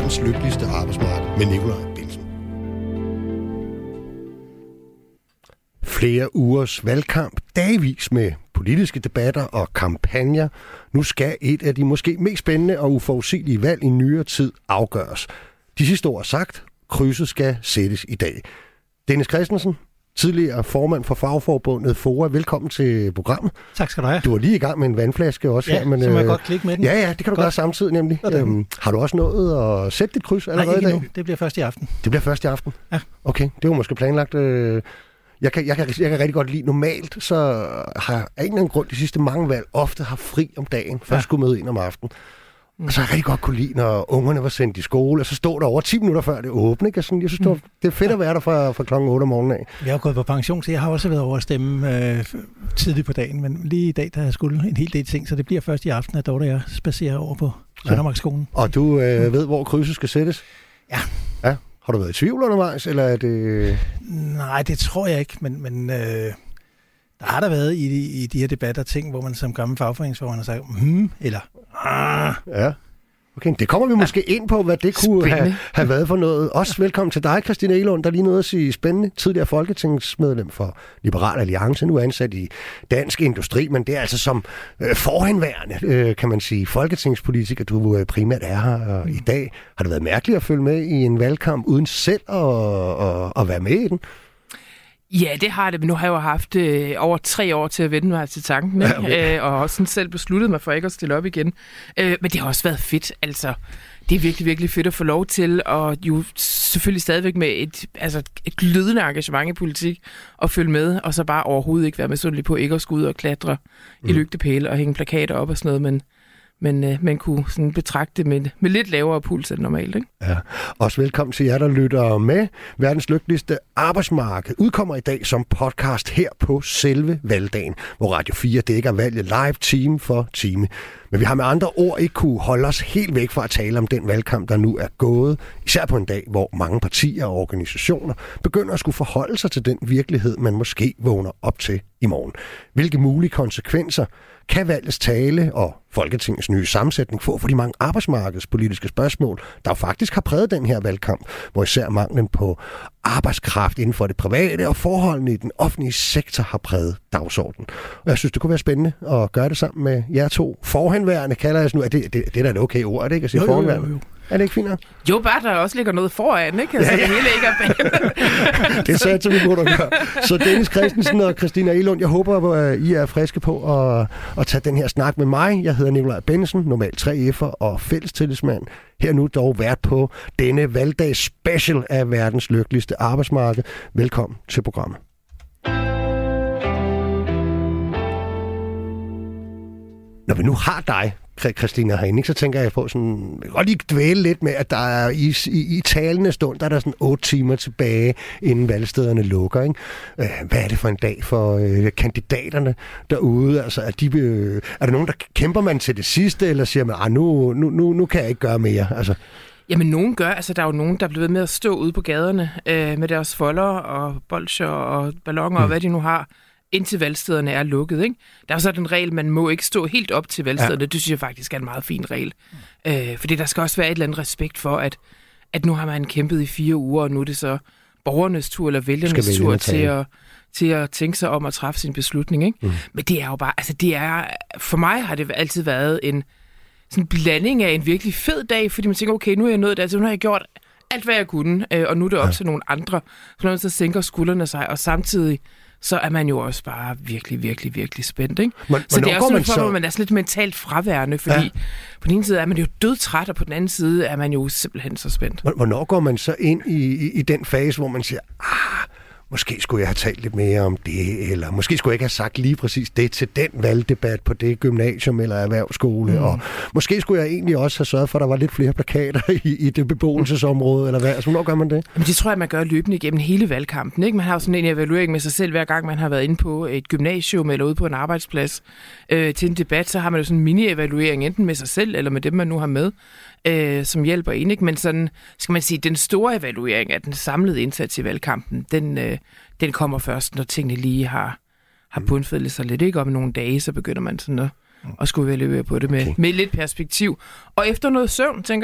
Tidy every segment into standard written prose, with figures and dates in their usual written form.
verdens lykkeligste arbejdsmarked med Nikolaj Bensen. Flere ugers valgkamp, dagvis med politiske debatter og kampagner. Nu skal et af de måske mest spændende og uforudsigelige valg i nyere tid afgøres. De sidste ord sagt, krydset skal sættes i dag. Dennis Christensen, tidligere formand for fagforbundet FOA. Velkommen til programmet. Tak skal du have. Du var lige i gang med en vandflaske også her. Men, så må jeg godt klikke med den. Ja, det kan du gøre samtidig nemlig. Har du også nået at sætte dit kryds allerede i dag? Nej, det bliver først i aften. Det bliver først i aften? Ja. Okay, det var måske planlagt. Jeg kan rigtig godt lide, normalt så har jeg af en eller anden grund de sidste mange valg ofte haft fri om dagen, først skulle møde ind om aftenen. Og så har jeg rigtig godt kunne lide, når ungerne var sendt i skole, og så stod der over 10 minutter før det åbne. Jeg synes, det er fedt at være der fra klokken 8 om morgenen af. Jeg har gået på pension, så jeg har også været over at stemme tidligt på dagen, men lige i dag, der er skulle en hel del ting, så det bliver først i aften, at Dorte og jeg spacerer over på Søndermarksskolen. Og du ved, hvor krydset skal sættes? Ja. Har du været i tvivl undervejs, eller er det... Nej, det tror jeg ikke, men der har der været i de her debatter ting, hvor man som gammel fagforeningsformand har sagt, eller Ja. Okay, det kommer vi måske ind på, hvad det kunne have været for noget. Også velkommen til dig, Christina Egelund, der lige nåede at sige spændende. Tidligere folketingsmedlem for Liberal Alliance, nu ansat i Dansk Industri, men det er altså som forhenværende, kan man sige, folketingspolitiker, du primært er her i dag. Har det været mærkeligt at følge med i en valgkamp uden selv at være med i den? Ja, det har det, men nu har jeg jo haft over 3 år til at vende mig til tanken, og også sådan selv besluttet mig for ikke at stille op igen. Men det har også været fedt, altså. Det er virkelig, virkelig fedt at få lov til, og jo selvfølgelig stadigvæk med et glødende engagement i politik, og følge med, og så bare overhovedet ikke være misundelig på ikke at skulle ud og klatre i lygtepæle og hænge plakater op og sådan noget, men man kunne sådan betragte det med lidt lavere puls end normalt, ikke? Ja. Også velkommen til jer, der lytter med. Verdens lykkeligste arbejdsmarked udkommer i dag som podcast her på selve valgdagen, hvor Radio 4 dækker valget live time for time. Men vi har med andre ord ikke kunne holde os helt væk fra at tale om den valgkamp, der nu er gået. Især på en dag, hvor mange partier og organisationer begynder at skulle forholde sig til den virkelighed, man måske vågner op til i morgen. Hvilke mulige konsekvenser kan valgets tale og Folketingets nye sammensætning få for de mange arbejdsmarkedspolitiske spørgsmål, der jo faktisk har præget den her valgkamp, hvor især manglen på arbejdskraft inden for det private og forholdene i den offentlige sektor har præget dagsordenen. Og jeg synes, det kunne være spændende at gøre det sammen med jer to. Forhenværende kalder jeg nu. Det er da et okay ord, er det ikke at sige forhenværende? Jo. Er det ikke fint nok? Jo, bare der også ligger noget foran, ikke? Altså, det hele ikke er bag. Det sagde til, vi burde gøre. Så Dennis Christensen og Christina Egelund, jeg håber, at I er friske på at tage den her snak med mig. Jeg hedder Nikolaj Bensen, normalt 3F'er og fællestillidsmand. Her nu dog vært på denne valgdags special af verdens lykkeligste arbejdsmarked. Velkommen til programmet. Når vi nu har dig, Christina, herinde, så tænker jeg på sådan, jeg kan godt lige dvæle lidt med, at der er i talende stund, der er der sådan 8 timer tilbage, inden valgstederne lukker, ikke? Hvad er det for en dag for kandidaterne derude? Altså, er der nogen, der kæmper man til det sidste, eller siger man, nu kan jeg ikke gøre mere? Altså. Jamen, nogen gør. Altså, der er jo nogen, der er blevet ved med at stå ude på gaderne med deres folder og bolcher og balloner og hvad de nu har, indtil valgstederne er lukket, ikke? Der er så den regel, man må ikke stå helt op til valgstederne. Ja. Det synes jeg faktisk er en meget fin regel. Fordi der skal også være et eller andet respekt for, at nu har man kæmpet i 4 uger, og nu er det så borgernes tur eller vælgernes tur til at tænke sig om at træffe sin beslutning, ikke? Men det er jo bare, altså for mig har det altid været en sådan blanding af en virkelig fed dag, fordi man tænker, okay, nu er jeg nået der, nu har jeg gjort alt, hvad jeg kunne, og nu er det op til nogle andre. Så sænker skuldrene sig, og samtidig så er man jo også bare virkelig, virkelig, virkelig spændt, ikke? Så det er også noget, hvor man er sådan lidt mentalt fraværende, fordi på den ene side er man jo dødtræt, og på den anden side er man jo simpelthen så spændt. Hvornår går man så ind i den fase, hvor man siger, måske skulle jeg have talt lidt mere om det, eller måske skulle jeg ikke have sagt lige præcis det til den valgdebat på det gymnasium eller erhvervsskole, og måske skulle jeg egentlig også have sørget for, at der var lidt flere plakater i det beboelsesområde, eller hvad? Altså, hvornår gør man det? Jamen, det tror jeg, man gør løbende igennem hele valgkampen, ikke? Man har jo sådan en evaluering med sig selv, hver gang man har været inde på et gymnasium eller ude på en arbejdsplads til en debat, så har man jo sådan en mini-evaluering, enten med sig selv eller med dem, man nu har med, som hjælper en, ikke? Men sådan, skal man sige, den store evaluering af den samlede indsats i valgkampen, den kommer først, når tingene lige har bundfældet sig lidt, ikke? Om nogle dage, så begynder man sådan at skulle evaluere på det med lidt perspektiv. Og efter noget søvn, tænker jeg.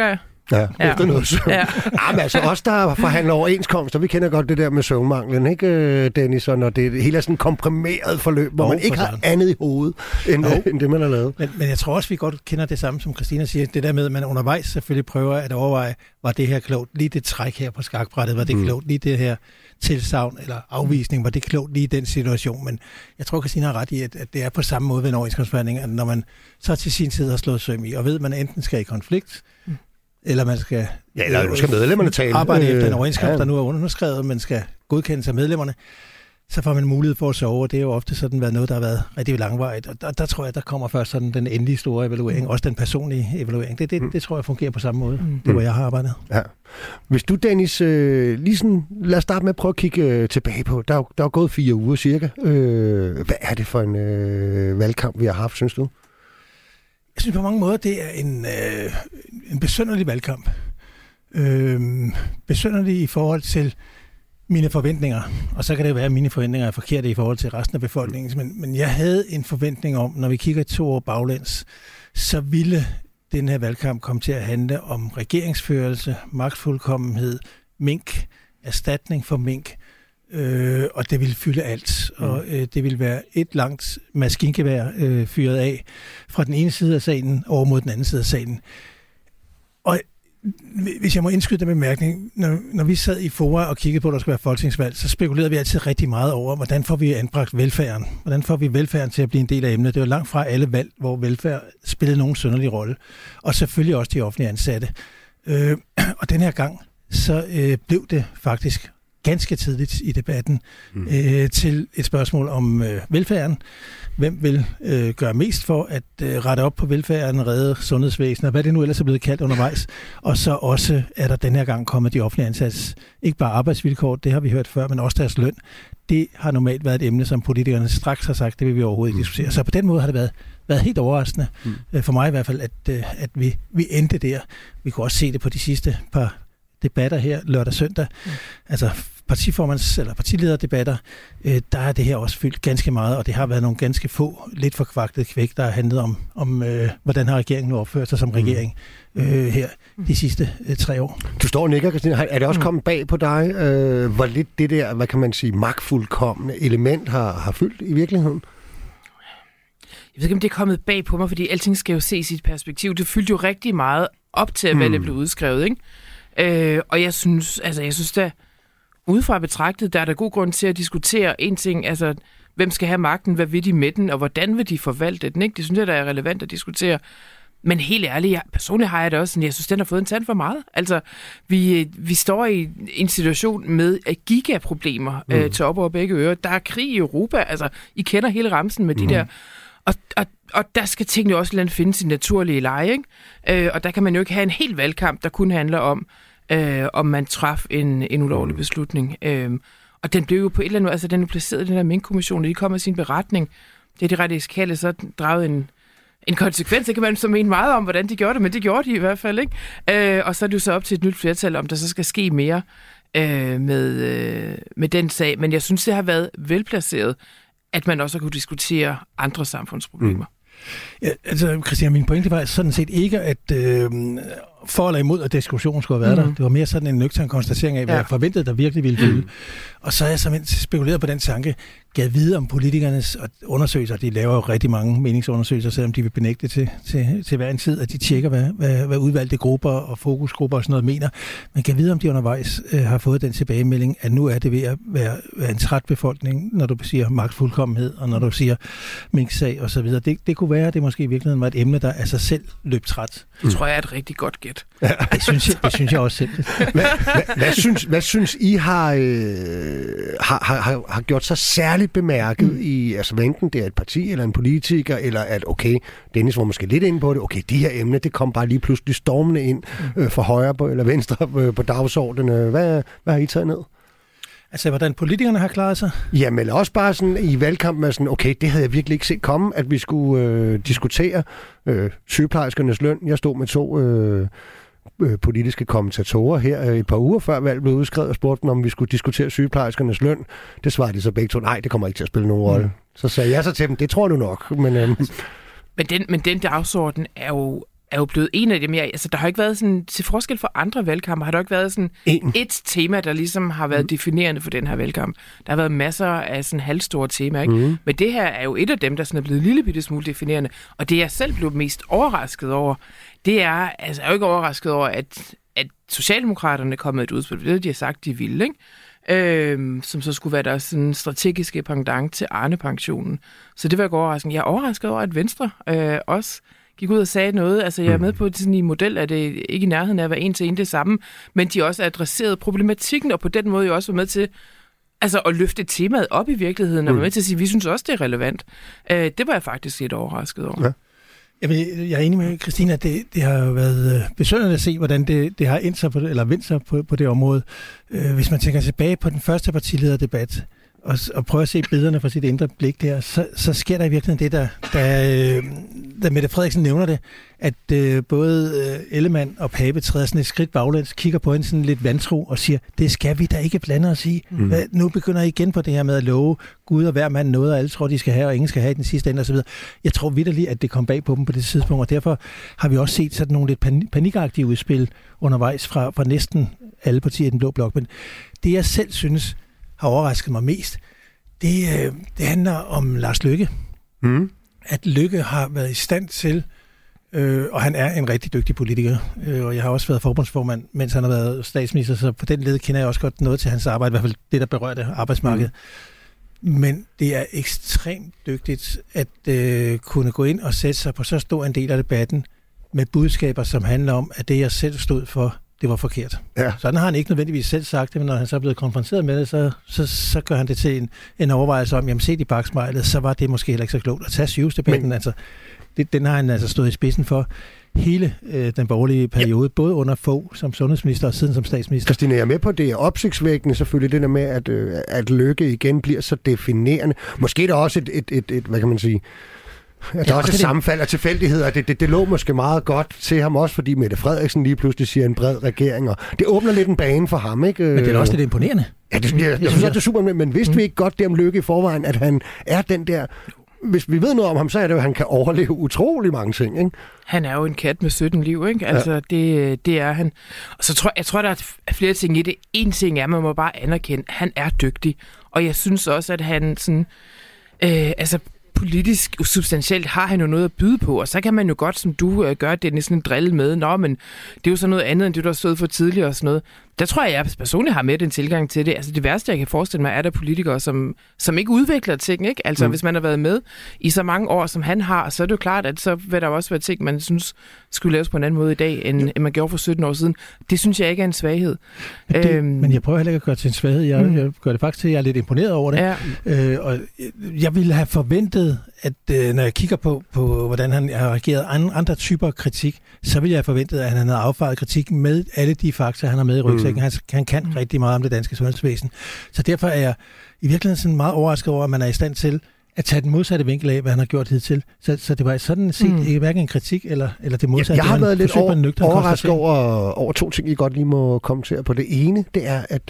Ja, efter noget søvn. Ja. Men altså os, der forhandler overenskomster, vi kender godt det der med søvnmanglen, ikke, Dennis? Og når det hele er sådan et komprimeret forløb, hvor man ikke har andet i hovedet, end det, man har lavet. Men jeg tror også, vi godt kender det samme, som Christina siger. Det der med, at man undervejs selvfølgelig prøver at overveje, var det her klogt? Lige det træk her på skakbrættet, var det klogt? Lige det her tilsagn eller afvisning, var det klogt lige i den situation? Men jeg tror, Christina har ret i, at det er på samme måde ved en overenskomstforhandling, at når man så til sin tid har slået søm i, og ved, at man enten skal i konflikt, eller man skal, eller nu skal medlemmerne tale. Arbejde efter en overenskomst, der nu er underskrevet, man skal godkendes af medlemmerne, så får man mulighed for at sove, og det er jo ofte sådan været noget, der har været rigtig langvarigt. Og der tror jeg, der kommer først sådan den endelige store evaluering, også den personlige evaluering. Det tror jeg fungerer på samme måde, det hvor jeg har arbejdet. Ja. Hvis du, Dennis, lige sådan, lad os starte med at prøve at kigge tilbage på. Der er gået 4 uger cirka. Hvad er det for en valgkamp, vi har haft, synes du? Jeg synes på mange måder, det er en besynderlig valgkamp. Besynderlig i forhold til mine forventninger. Og så kan det være, at mine forventninger er forkerte i forhold til resten af befolkningen. Men jeg havde en forventning om, når vi kigger 2 år baglæns, så ville den her valgkamp komme til at handle om regeringsførelse, magtfuldkommenhed, mink, erstatning for mink, og det ville fylde alt. Og det ville være et langt maskingevær fyret af fra den ene side af salen over mod den anden side af salen. Og hvis jeg må indskyde den bemærkning, når vi sad i fora og kiggede på, at der skulle være folketingsvalg, så spekulerede vi altid rigtig meget over, hvordan får vi anbragt velfærden? Hvordan får vi velfærden til at blive en del af emnet? Det var langt fra alle valg, hvor velfærd spillede nogen synderlig rolle. Og selvfølgelig også de offentlige ansatte. Og den her gang, så blev det faktisk ganske tidligt i debatten til et spørgsmål om velfærden. Hvem vil gøre mest for at rette op på velfærden, redde sundhedsvæsenet, hvad det nu ellers er blevet kaldt undervejs. Og så også er der den her gang kommet de offentlige ansats. Ikke bare arbejdsvilkår, det har vi hørt før, men også deres løn. Det har normalt været et emne, som politikerne straks har sagt, det vil vi overhovedet ikke diskutere. Så på den måde har det været helt overraskende, for mig i hvert fald, at vi endte der. Vi kunne også se det på de sidste par debatter her lørdag og søndag. Altså partiformands- eller partilederdebatter, der er det her også fyldt ganske meget, og det har været nogle ganske få, lidt forkvagtede kvæk, der har handlet om hvordan har regeringen nu opført sig som regering her de sidste 3 år. Du står og nikker, Christina. Er det også kommet bag på dig, hvor lidt det der, hvad kan man sige, magtfuldkommende element har fyldt i virkeligheden? Jeg ved ikke, om det er kommet bag på mig, fordi alting skal jo se sit perspektiv. Det fyldte jo rigtig meget op til, at valget blev udskrevet, ikke? Og jeg synes da, udefra betragtet, der er der god grund til at diskutere en ting, altså, hvem skal have magten, hvad vil de med den, og hvordan vil de forvalte den, ikke? Det synes jeg, der er relevant at diskutere. Men helt ærligt, personligt har jeg det også sådan, jeg synes, den har fået en tand for meget. Altså, vi står i en situation med gigaproblemer til op over begge ører. Der er krig i Europa, altså, I kender hele ramsen med de der. Og der skal tingene også finde sin naturlige leje, ikke? Og der kan man jo ikke have en hel valgkamp, der kun handler om man traf en ulovlig beslutning. Og den blev jo på et eller andet, altså den er placeret i den der Mink-kommission, og de kom med sin beretning. Det er de radikale så draget en konsekvens. Det kan man så mene meget om, hvordan de gjorde det, men det gjorde de i hvert fald, ikke? Og så er det jo så op til et nyt flertal, om der så skal ske mere med den sag. Men jeg synes, det har været velplaceret, at man også kunne diskutere andre samfundsproblemer. Ja, altså, Christian, min pointe var sådan set ikke, at for eller imod, at diskussionen skulle have været der. Det var mere sådan en nøgtern konstatering af, hvad jeg forventede, der virkelig ville fylde. Og så har jeg simpelthen spekuleret på den tanke, gav vide om politikernes undersøgelser. De laver jo rigtig mange meningsundersøgelser, selvom de vil benægte til hver en tid, at de tjekker, hvad udvalgte grupper og fokusgrupper og sådan noget mener. Men gav vide om de undervejs har fået den tilbagemelding, at nu er det ved at være en træt befolkning, når du siger magtfuldkommenhed, og når du siger minksag og så videre. Det kunne være, at det måske i virkeligheden var et emne, der af sig selv løb træt. Det tror jeg er et rigtig godt gæt. Ja. Det synes jeg også selv. Hvad synes I har gjort sig særligt bemærket i, altså enten det er et parti eller en politiker, eller at okay, Dennis var måske lidt inde på det, okay, de her emner, det kom bare lige pludselig stormende ind fra højre på, eller venstre på dagsordenen. Hvad har I taget ned? Altså, hvordan politikerne har klaret sig? Jamen, eller også bare sådan i valgkampen, sådan, okay, det havde jeg virkelig ikke set komme, at vi skulle diskutere sygeplejerskernes løn. Jeg stod med 2 politiske kommentatorer her et par uger før valget blev udskrevet og spurgte dem, om vi skulle diskutere sygeplejerskernes løn. Det svarede de så begge to, nej, det kommer ikke til at spille nogen rolle. Så sagde jeg så til dem, det tror du nok. Men den dagsorden er jo er jo blevet en af dem. Altså, der har ikke været sådan, til forskel for andre valgkampe, har der ikke været sådan et tema, der ligesom har været definerende for den her valgkamp. Der har været masser af sådan halvstore temaer, ikke? Men det her er jo et af dem, der sådan er blevet en lille bitte smule definerende. Og det, jeg selv blev mest overrasket over, det er, altså jeg er jo ikke overrasket over, at Socialdemokraterne kom med et udspil, det de har sagt, de ville, ikke? Som så skulle være deres sådan strategiske pendant til Arne-pensionen. Så det var ikke overraskende. Jeg er overrasket over, at Venstre også gik ud og sagde noget. Altså, jeg er med på, at sådan i model er det ikke i nærheden af at være en til en det samme, men de også adresserede problematikken, og på den måde jo også var med til altså, at løfte temaet op i virkeligheden, og var med til at sige, at vi synes også, det er relevant. Det var jeg faktisk lidt overrasket over. Ja. Jeg er enig med Christina, at det har jo været besynderligt at se, hvordan det har vendt sig på det område. Hvis man tænker tilbage på den første partilederdebat, og prøver at se billederne fra sit indre blik der, så sker der i virkeligheden det, da Mette Frederiksen nævner det, at både Ellemann og Pape træder sådan et skridt baglæns, kigger på hende sådan lidt vantro og siger, det skal vi da ikke blande os i. Nu begynder I igen på det her med at love Gud og hver mand noget, og alle tror, de skal have, og ingen skal have i den sidste ende osv. Jeg tror vitterligt, at det kom bag på dem på det tidspunkt, og derfor har vi også set sådan nogle lidt panikagtige udspil undervejs fra næsten alle partier i den blå blok. Men det, jeg selv synes har overrasket mig mest, det handler om Lars Løkke. At Løkke har været i stand til, og han er en rigtig dygtig politiker, og jeg har også været forbundsformand, mens han har været statsminister, så på den led kender jeg også godt noget til hans arbejde, i hvert fald det, der berører det arbejdsmarked. Men det er ekstremt dygtigt at kunne gå ind og sætte sig på så stor en del af debatten med budskaber, som handler om, at det, jeg selv stod for, det var forkert. Ja. Sådan har han ikke nødvendigvis selv sagt det, men når han så er blevet konfronteret med det, så gør han det til en overvejelse om, jamen set i bagspejlet, så var det måske heller ikke så klogt at tage sygehusdebatten. Altså, den har han altså stået i spidsen for hele den borgerlige periode, både under Fogh som sundhedsminister og siden som statsminister. Christine, jeg er med på, det er opsigtsvækkende selvfølgelig, det der med, at Løkke igen bliver så definerende. Måske er der også et hvad kan man sige, der er også et sammenfald af tilfældigheder. Det lå måske meget godt til ham også, fordi Mette Frederiksen lige pludselig siger en bred regering, og det åbner lidt en bane for ham, ikke? Men det er også lidt imponerende. Ja, jeg synes, det er super, men vidste vi ikke godt det om Løkke i forvejen, at han er den der... Hvis vi ved noget om ham, så er det jo, at han kan overleve utrolig mange ting, ikke? Han er jo en kat med 17 liv, ikke? Altså, ja. Det er han. Og så tror jeg, der er flere ting i det. En ting er, man må bare anerkende, han er dygtig. Og jeg synes også, at han sådan... politisk substantielt har han jo noget at byde på, og så kan man jo godt, som du gør, det næsten en drille med, men det er jo så noget andet, end det, du har stået for tidligere og sådan noget. Der tror jeg personligt har med den tilgang til det. Altså det værste, jeg kan forestille mig, er der politikere, som ikke udvikler ting, ikke? Altså hvis man har været med i så mange år, som han har, så er det jo klart, at så vil der også være ting, man synes skulle laves på en anden måde i dag, end man gjorde for 17 år siden. Det synes jeg ikke er en svaghed. Men jeg prøver heller ikke at gøre det til en svaghed. Jeg gør det faktisk til, at jeg er lidt imponeret over det. Ja. Og jeg ville have forventet, at når jeg kigger på hvordan han har reageret andre typer kritik, så ville jeg have forventet, at han havde affaret kritik med alle de fakta, han har med i rygsækken. Han kan rigtig meget om det danske sundhedsvæsen. Så derfor er jeg i virkeligheden sådan meget overrasket over, at man er i stand til at tage den modsatte vinkel af, hvad han har gjort hidtil. Så det var sådan set ikke hverken en kritik eller det modsatte. Jeg har været lidt overrasket over to ting, I godt lige må kommentere på. Det ene, det er, at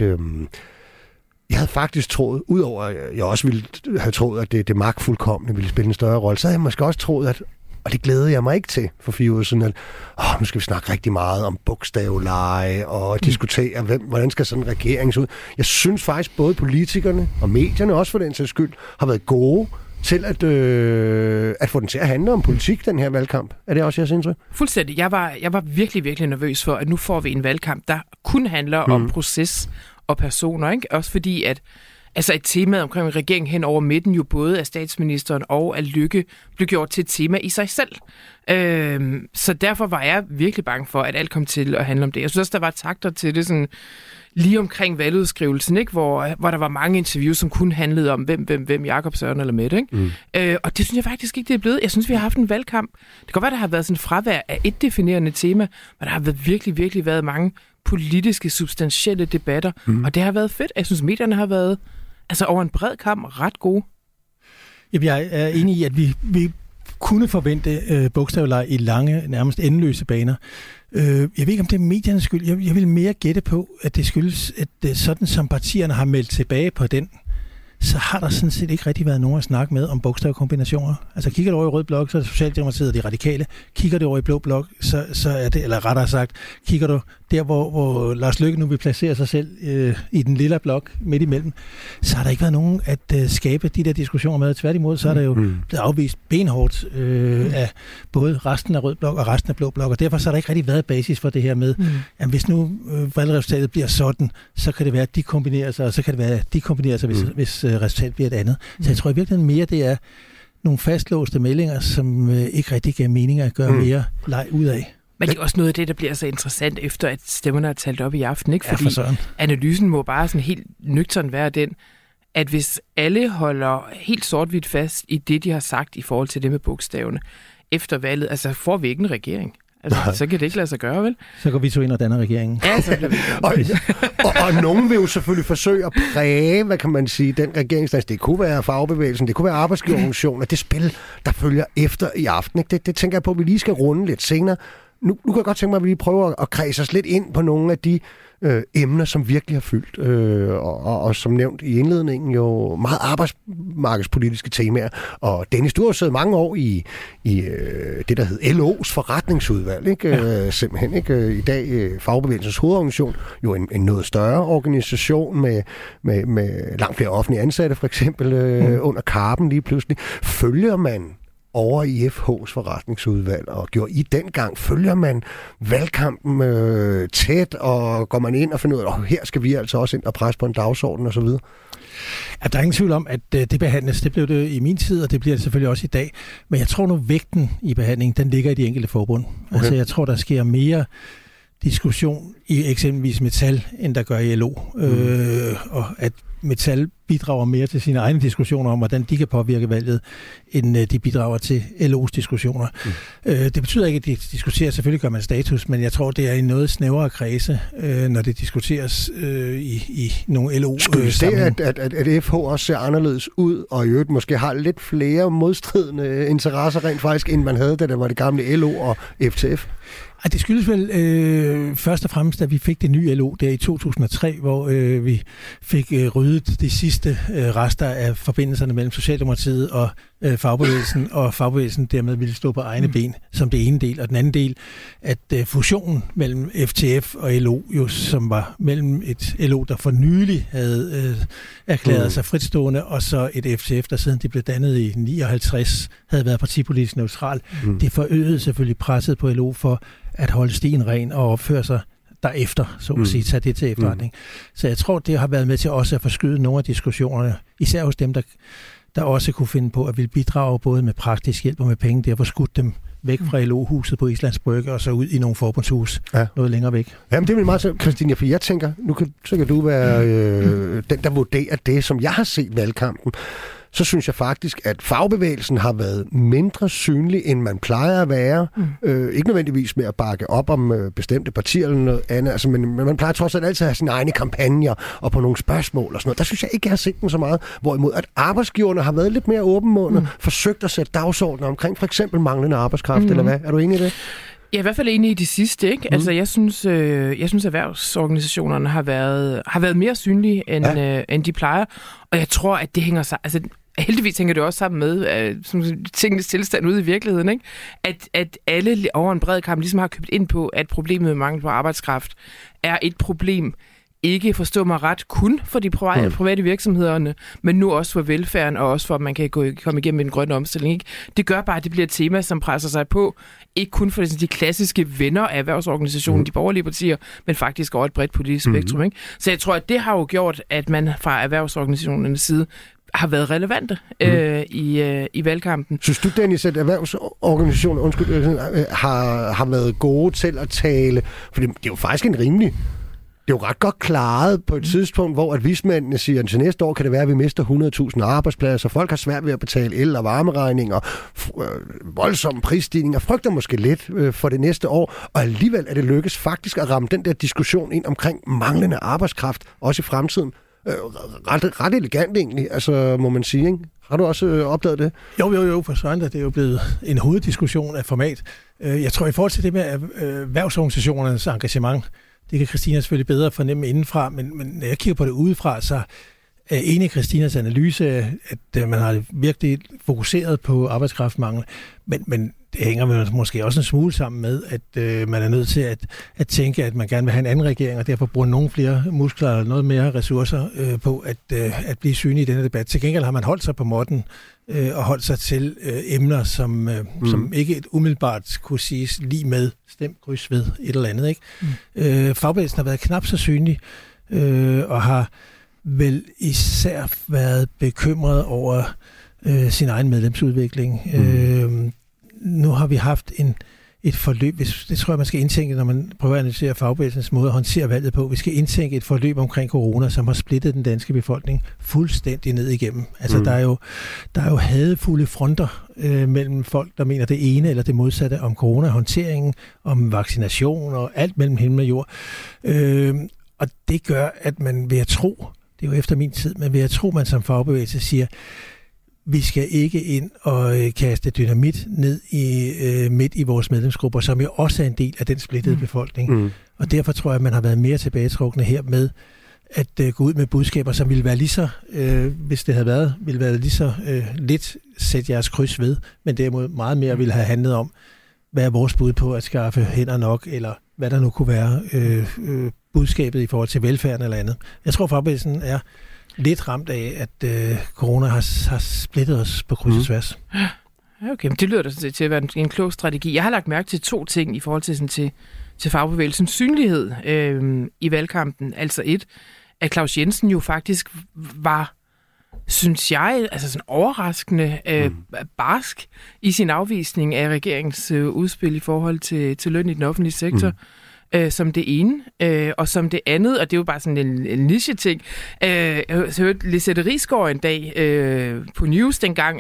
jeg havde faktisk troet, udover at jeg også ville have troet, at det magtfuldkomne ville spille en større rolle, så havde jeg måske også troet, at, og det glædede jeg mig ikke til for 4 uger siden, at nu skal vi snakke rigtig meget om bogstavleje og diskutere, hvordan skal sådan en regering se ud. Jeg synes faktisk, både politikerne og medierne, også for den sags skyld, har været gode til at få den til at handle om politik, den her valgkamp. Er det også jeres indtryk? Fuldstændig. Jeg var virkelig, virkelig nervøs for, at nu får vi en valgkamp, der kun handler om proces og personer, ikke? Også fordi, at et tema omkring regeringen hen over midten, jo både af statsministeren og af Løkke, blev gjort til et tema i sig selv. Så derfor var jeg virkelig bange for, at alt kom til at handle om det. Jeg synes også, der var takter til det sådan lige omkring valgudskrivelsen, ikke? Hvor der var mange interviews, som kun handlede om, hvem Jakob, Søren eller Mette. Ikke? Og det synes jeg faktisk ikke, det er blevet. Jeg synes, vi har haft en valgkamp. Det kan godt være, der har været sådan fravær af et definerende tema, men der har virkelig, virkelig været mange politiske, substantielle debatter, og det har været fedt. Jeg synes, medierne har været over en bred kamp ret gode. Jamen, jeg er enig i, at vi kunne forvente bogstavleje i lange, nærmest endeløse baner. Jeg ved ikke, om det er mediernes skyld. Jeg vil mere gætte på, at det skyldes, at sådan som partierne har meldt tilbage på den, så har der sådan set ikke rigtig været nogen at snakke med om bogstavkombinationer. Altså kigger du over i rød blok, så er det Socialdemokratiet og de radikale. Kigger du over i blå blok, så er det, eller rettere sagt, kigger du der, hvor Lars Løkke nu vil placere sig selv i den lille blok midt imellem, så har der ikke været nogen at skabe de der diskussioner med. Tværtimod, så er der jo blevet afvist benhårdt af både resten af rød blok og resten af blå blok, og derfor så har der ikke rigtig været basis for det her med, at hvis nu valgresultatet bliver sådan, så kan det være, at de kombinerer sig, og så kan det være, at de kombinerer sig, hvis resultatet bliver et andet. Så jeg tror i virkeligheden mere, det er nogle fastlåste meldinger, som ikke rigtig giver mening at gøre mere leg ud af. Men det er også noget af det, der bliver så interessant, efter at stemmerne er talt op i aften, ikke? Fordi analysen må bare sådan helt nøgtern være den, at hvis alle holder helt sort-hvidt fast i det, de har sagt i forhold til det med bogstaverne efter valget, altså får vi ikke en regering. Altså, så kan det ikke lade sig gøre, vel? Så går vi to ind og danner regeringen. Ja, så bliver vi og nogen vil jo selvfølgelig forsøge at præge, hvad kan man sige, den regeringsdans. Det kunne være fagbevægelsen, det kunne være arbejdsgiverorganisationer, det spil, der følger efter i aften. Ikke? Det tænker jeg på, at vi lige skal runde lidt senere. Nu kan jeg godt tænke mig, at vi lige prøver at kredse os lidt ind på nogle af de emner, som virkelig har fyldt, og som nævnt i indledningen jo meget arbejdsmarkedspolitiske temaer. Og Dennis, du har siddet mange år i det, der hed LO's forretningsudvalg, ikke? Ja. Simpelthen, ikke? I dag fagbevægelsens hovedorganisation, jo en noget større organisation med langt flere offentlige ansatte, for eksempel under karpen lige pludselig. Følger man over i FH's forretningsudvalg, og gjorde I dengang, følger man valgkampen tæt, og går man ind og finder ud af, her skal vi altså også ind og presse på en dagsorden osv.? Ja, der er ingen tvivl om, at det behandles. Det blev det i min tid, og det bliver det selvfølgelig også i dag. Men jeg tror nu, vægten i behandlingen, den ligger i de enkelte forbund. Okay. Altså, jeg tror, der sker mere diskussion i eksempelvis Metal, end der gør i LO. Og at Metal bidrager mere til sine egne diskussioner om, hvordan de kan påvirke valget, end de bidrager til LO's diskussioner. Det betyder ikke, at de diskuterer, selvfølgelig gør man status, men jeg tror, det er i noget snævrere kredse, når det diskuteres i nogle LO-sammenhæng. At FH også ser anderledes ud, og i øvrigt måske har lidt flere modstridende interesser rent faktisk, end man havde, da det var det gamle LO og FTF? Det skyldes vel først og fremmest, at vi fik det nye LO der i 2003, hvor vi fik ryddet de sidste rester af forbindelserne mellem Socialdemokratiet og fagbevægelsen, og fagbevægelsen dermed ville stå på egne ben som det ene del, og den anden del, at fusionen mellem FTF og LO, jo, som var mellem et LO, der for nylig havde erklæret sig fritstående, og så et FTF, der siden de blev dannet i 59, havde været partipolitisk neutral. Det forøgede selvfølgelig presset på LO for at holde stien ren og opføre sig derefter, så at sige, tage det til efterretning. Så jeg tror, det har været med til også at forskyde nogle af diskussionerne, især hos dem, der også kunne finde på at ville bidrage både med praktisk hjælp og med penge, der hvor skudt dem væk fra LO-huset på Islands Brygge og så ud i nogle forbundshus noget længere væk. Jamen det er meget så, Christina, for jeg tænker, så kan du være den, der vurderer det, som jeg har set valgkampen. Så synes jeg faktisk, at fagbevægelsen har været mindre synlig, end man plejer at være. Ikke nødvendigvis med at bakke op om bestemte partier eller noget andet, altså, men man plejer trods alt altid at have sine egne kampagner og på nogle spørgsmål og sådan noget. Der synes jeg ikke, jeg har set dem så meget. Hvorimod, at arbejdsgiverne har været lidt mere åbenmundet, forsøgt at sætte dagsordner omkring for eksempel manglende arbejdskraft, eller hvad? Er du enig i det? Jeg er i hvert fald enig i det sidste, ikke? Altså, jeg synes erhvervsorganisationerne har været mere synlige, end de plejer. Og jeg tror, at det hænger sig. Altså, heldigvis hænger det også sammen med som tingenes tilstand ude i virkeligheden, ikke? At alle over en bred kamp ligesom har købt ind på, at problemet med mangel på arbejdskraft er et problem, ikke forstå mig ret, kun for de private virksomhederne, men nu også for velfærden, og også for, at man kan komme igennem en grøn omstilling. Ikke? Det gør bare, at det bliver et tema, som presser sig på, ikke kun for de klassiske venner af erhvervsorganisationen, de borgerlige partier, men faktisk over et bredt politisk spektrum. Ikke? Så jeg tror, at det har jo gjort, at man fra erhvervsorganisationernes side har været relevante i valgkampen. Synes du, Dennis, at erhvervsorganisationer har været gode til at tale? For det er jo faktisk en rimelig... Det er jo ret godt klaret på et tidspunkt, hvor at vismændene siger, at til næste år kan det være, at vi mister 100.000 arbejdspladser. Folk har svært ved at betale el- og varmeregninger, voldsomme prisstigninger, frygter måske lidt for det næste år, og alligevel er det lykkes faktisk at ramme den der diskussion ind omkring manglende arbejdskraft, også i fremtiden. Ret elegant egentlig, altså må man sige, ikke? Har du også opdaget det? Jo, for sådan det er jo blevet en hoveddiskussion af format. Jeg tror i forhold til det med erhvervsorganisationernes engagement, det kan Christina selvfølgelig bedre fornemme indenfra, men når jeg kigger på det udefra, så er enig i Christinas analyse, at man har virkelig fokuseret på arbejdskraftmangel, men det hænger måske også en smule sammen med, at man er nødt til at tænke, at man gerne vil have en anden regering, og derfor bruger nogle flere muskler og noget mere ressourcer på at blive synlig i denne debat. Til gengæld har man holdt sig på måtten og holdt sig til emner, som ikke umiddelbart kunne siges lige med stemt kryds ved et eller andet. Ikke? Fagbevægelsen har været knap så synlig, og har vel især været bekymret over sin egen medlemsudvikling. Nu har vi haft et forløb, det tror jeg, man skal indtænke, når man prøver at analysere fagbevægelsens måde at håndtere valget på. Vi skal indtænke et forløb omkring corona, som har splittet den danske befolkning fuldstændig ned igennem. Altså, der er jo hadefulde fronter mellem folk, der mener det ene eller det modsatte om coronahåndteringen, om vaccination og alt mellem himmel og jord. Og det gør, at man vil tro, det er jo efter min tid, men vil tro, man som fagbevægelse siger, vi skal ikke ind og kaste dynamit ned midt i vores medlemsgrupper, som jo også er en del af den splittede befolkning. Og derfor tror jeg, at man har været mere tilbagetrukne her med at gå ud med budskaber, som ville være lige så, hvis det havde været, ville være lige så lidt sæt jeres kryds ved, men derimod meget mere ville have handlet om, hvad er vores bud på at skaffe hænder nok, eller hvad der nu kunne være budskabet i forhold til velfærden eller andet. Jeg tror, fagbevægelsen er lidt ramt af, at corona har splittet os på kryds og tværs. Okay, men det lyder da til at være en klog strategi. Jeg har lagt mærke til 2 ting i forhold til fagbevægelsens synlighed i valgkampen. Altså at Claus Jensen jo faktisk var, synes jeg, altså sådan overraskende barsk i sin afvisning af regeringens udspil i forhold til løn i den offentlige sektor. Som det ene, og som det andet, og det er jo bare sådan en niche-ting. Jeg hørte Lisette Risgaard en dag på News dengang,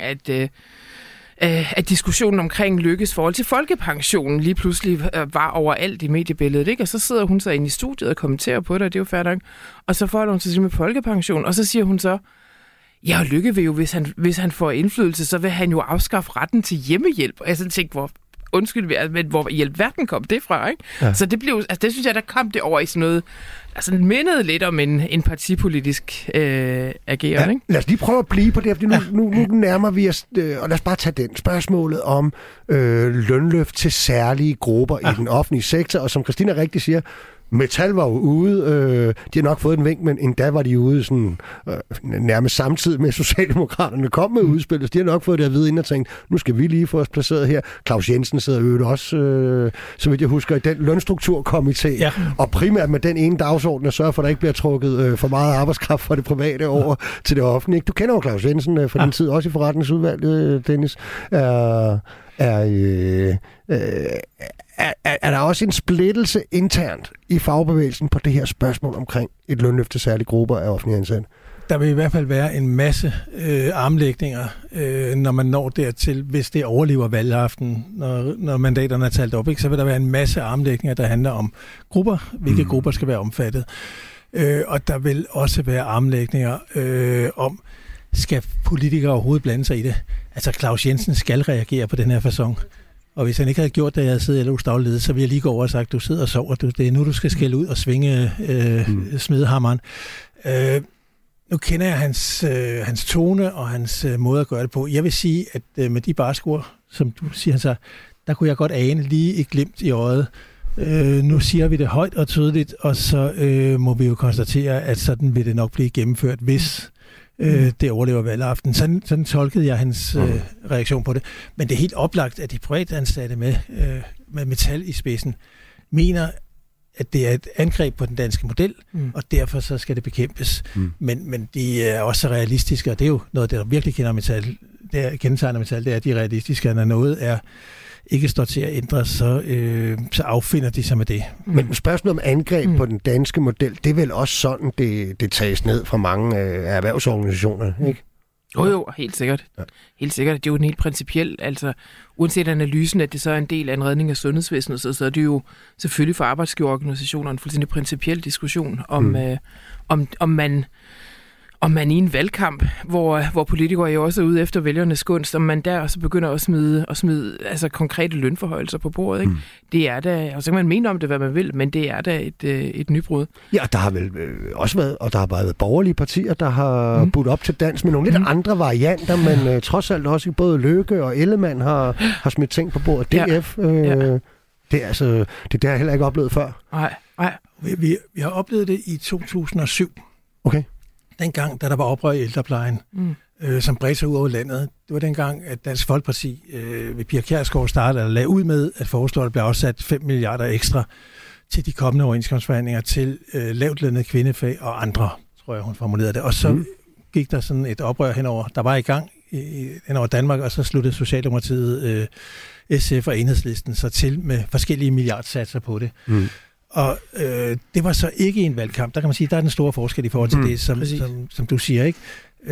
at diskussionen omkring Lykkes forhold til folkepensionen lige pludselig var overalt i mediebilledet, ikke? Og så sidder hun så inde i studiet og kommenterer på det, og det er jo fair nok. Og så får hun så med folkepension, og så siger hun så, ja, og Lykke vil jo, hvis han får indflydelse, så vil han jo afskaffe retten til hjemmehjælp. Og jeg sådan tænkte, men hvor i alverden kom det fra, ikke? Ja. Så det blev, altså det synes jeg, der kom det over i sådan noget, altså mindede lidt om en partipolitisk ageren, ikke? Lad os lige prøve at blive på det, fordi nu nærmer vi os, og lad os bare tage den spørgsmålet om lønløft til særlige grupper i den offentlige sektor, og som Christina rigtig siger, Metal var jo ude, de har nok fået en vink, men endda var de ude sådan, nærmest samtidig med Socialdemokraterne kom med udspillet. De har nok fået det at vide inden og tænkt, nu skal vi lige få os placeret her. Claus Jensen sidder jo også, så vidt jeg husker, i den lønstrukturkomité, og primært med den ene dagsorden, at sørge for, at der ikke bliver trukket for meget arbejdskraft fra det private over til det offentlige. Du kender jo Claus Jensen fra den tid, også i forretningsudvalget, Dennis. Er der også en splittelse internt i fagbevægelsen på det her spørgsmål omkring et lønløft til særlige grupper af offentlige ansatte? Der vil i hvert fald være en masse armlægninger, når man når dertil, hvis det overlever valgaften, når mandaterne er talt op, ikke? Så vil der være en masse armlægninger, der handler om grupper, hvilke grupper skal være omfattet. Og der vil også være armlægninger om, skal politikere overhovedet blande sig i det? Altså Claus Jensen skal reagere på den her facon. Og hvis han ikke havde gjort det, jeg havde siddet i LO's daglighed, så ville jeg lige gå over og sagt, du sidder og sover, det er nu, du skal skælde ud og svinge smedehammeren. Nu kender jeg hans tone og hans måde at gøre det på. Jeg vil sige, at med de barskur, som du siger, så, der kunne jeg godt ane lige et glimt i øjet. Nu siger vi det højt og tydeligt, og så må vi jo konstatere, at sådan vil det nok blive gennemført, hvis det overlever valgaften. Sådan tolkede jeg hans reaktion på det. Men det er helt oplagt, at de privatansatte med Metal i spidsen mener, at det er et angreb på den danske model, og derfor så skal det bekæmpes. Men de er også realistiske, og det er jo noget, der virkelig kendetegner Metal, det er, at de er realistiske, når noget ikke står til at ændre, så affinder de sig med det. Men spørgsmålet om angreb på den danske model, det er vel også sådan, det tages ned fra mange af erhvervsorganisationerne, ikke? Jo, helt sikkert. Ja. Helt sikkert. Det er jo en helt principiel, altså uanset analysen, at det så er en del af en redning af sundhedsvæsenet, så er det jo selvfølgelig for arbejdsgiverorganisationer en fuldstændig principiel diskussion om om man i en valgkamp, hvor politikere jo også er ude efter vælgernes gunst, om man der også begynder at smide altså konkrete lønforhøjelser på bordet, ikke? Det er da, og så kan man mene om det, hvad man vil, men det er da et nybrud. Ja, der har vel også været, og der har været borgerlige partier, der har budt op til dans med nogle lidt andre varianter, men trods alt også både Løkke og Ellemann har smidt ting på bordet. DF, det er jeg heller ikke oplevet før. Nej. Vi har oplevet det i 2007. Okay. Dengang, da der var oprør i ældreplejen, som bredte sig ud over landet. Det var dengang, at Dansk Folkeparti ved Pia Kjærsgaard startede at lagde ud med at foreslå, at der blev afsat 5 milliarder ekstra til de kommende overenskomstforhandlinger til lavtlønnede kvindefag og andre, tror jeg, hun formulerede det. Og så gik der sådan et oprør henover, der var i gang henover Danmark, og så sluttede Socialdemokratiet, SF og Enhedslisten så til med forskellige milliardsatser på det. Og det var så ikke en valgkamp. Der kan man sige, der er den store forskel i forhold til det, som du siger, ikke?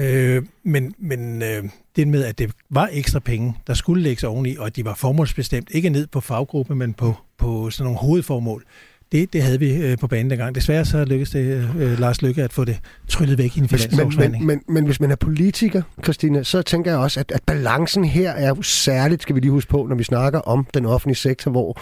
Men det med, at det var ekstra penge, der skulle lægges oveni, og at de var formålsbestemt, ikke ned på faggruppe, men på sådan nogle hovedformål, det havde vi på banen dengang. Desværre så lykkedes det Lars Løkke at få det tryllet væk i en finanslovsforhandling. Men hvis man er politiker, Christine, så tænker jeg også, at balancen her er jo særligt, skal vi lige huske på, når vi snakker om den offentlige sektor, hvor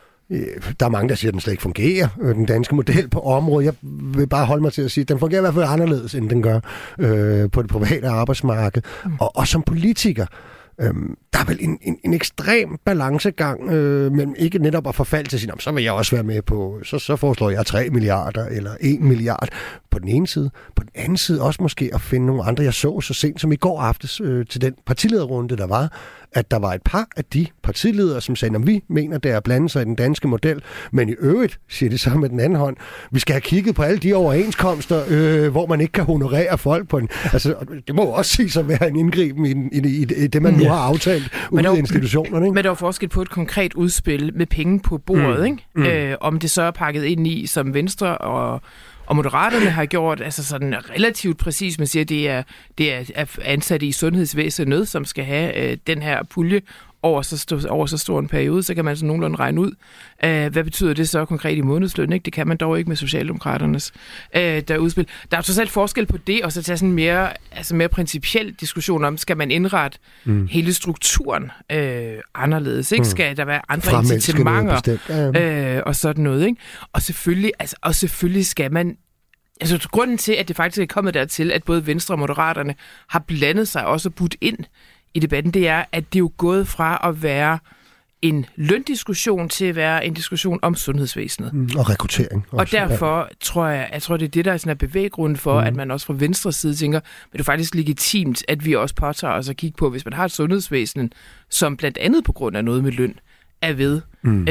der er mange, der siger, at den slet ikke fungerer, den danske model på området. Jeg vil bare holde mig til at sige, at den fungerer i hvert fald anderledes, end den gør på det private arbejdsmarked. Og som politiker, der er vel en ekstrem balancegang, men ikke netop at forfalde til at sige, så vil jeg også være med på, så foreslår jeg 3 milliarder eller 1 milliard på den ene side. På den anden side også måske at finde nogle andre. Jeg så sent som i går aftes til den partilederrunde, der var, at der var et par af de partiledere, som sagde, at vi mener, det er at blande sig i den danske model, men i øvrigt, siger det så med den anden hånd, vi skal have kigget på alle de overenskomster, hvor man ikke kan honorere folk på en. Altså, det må også sige sig at være en indgriben i det, man nu har aftalt ude i institutionerne. Ikke? Men der er forskel på et konkret udspil med penge på bordet, ikke? Om det så er pakket ind i, som Venstre og Moderaterne har gjort, altså sådan relativt præcis, man siger, det er ansatte i sundhedsvæsenet, som skal have den her pulje over så stor en periode, så kan man så nogenlunde regne ud, hvad betyder det så konkret i månedsløn, ikke? Det kan man dog ikke med Socialdemokraternes udspil. Der er totalt forskel på det, og så tage sådan mere principiel diskussion om, skal man indrette hele strukturen anderledes, ikke? Skal der være andre incitamenter og sådan noget, ikke? Og selvfølgelig skal man. Altså grunden til, at det faktisk er kommet dertil, at både Venstre og Moderaterne har blandet sig og også budt ind i debatten, det er, at det er jo gået fra at være en løndiskussion til at være en diskussion om sundhedsvæsenet. Og rekruttering. Også. Og derfor tror jeg, det er det, der er sådan en bevæggrund for, at man også fra Venstres side tænker, men det er faktisk legitimt, at vi også påtager os at kigge på, hvis man har et sundhedsvæsen, som blandt andet på grund af noget med løn, er ved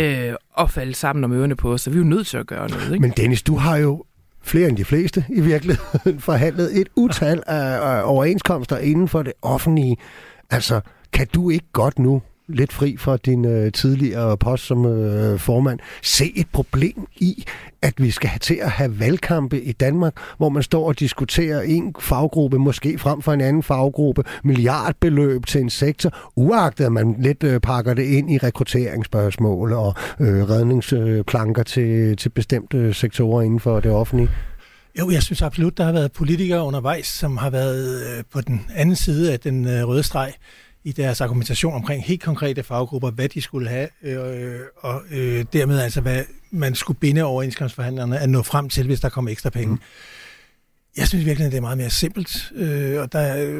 at falde sammen om ørerne på os, så vi er jo nødt til at gøre noget. Ikke? Men Dennis, du har jo flere end de fleste i virkeligheden forhandlet et utal af overenskomster inden for det offentlige. Altså, kan du ikke godt nu, lidt fri fra din tidligere post som formand, se et problem i, at vi skal have til at have valgkampe i Danmark, hvor man står og diskuterer en faggruppe, måske frem for en anden faggruppe, milliardbeløb til en sektor, uagtet at man lidt pakker det ind i rekrutteringsspørgsmål og redningsplanker til bestemte sektorer inden for det offentlige? Jo, jeg synes absolut, der har været politikere undervejs, som har været på den anden side af den røde streg i deres argumentation omkring helt konkrete faggrupper, hvad de skulle have, og dermed altså, hvad man skulle binde overenskomstforhandlerne at nå frem til, hvis der kom ekstra penge. Jeg synes virkelig, at det er meget mere simpelt, og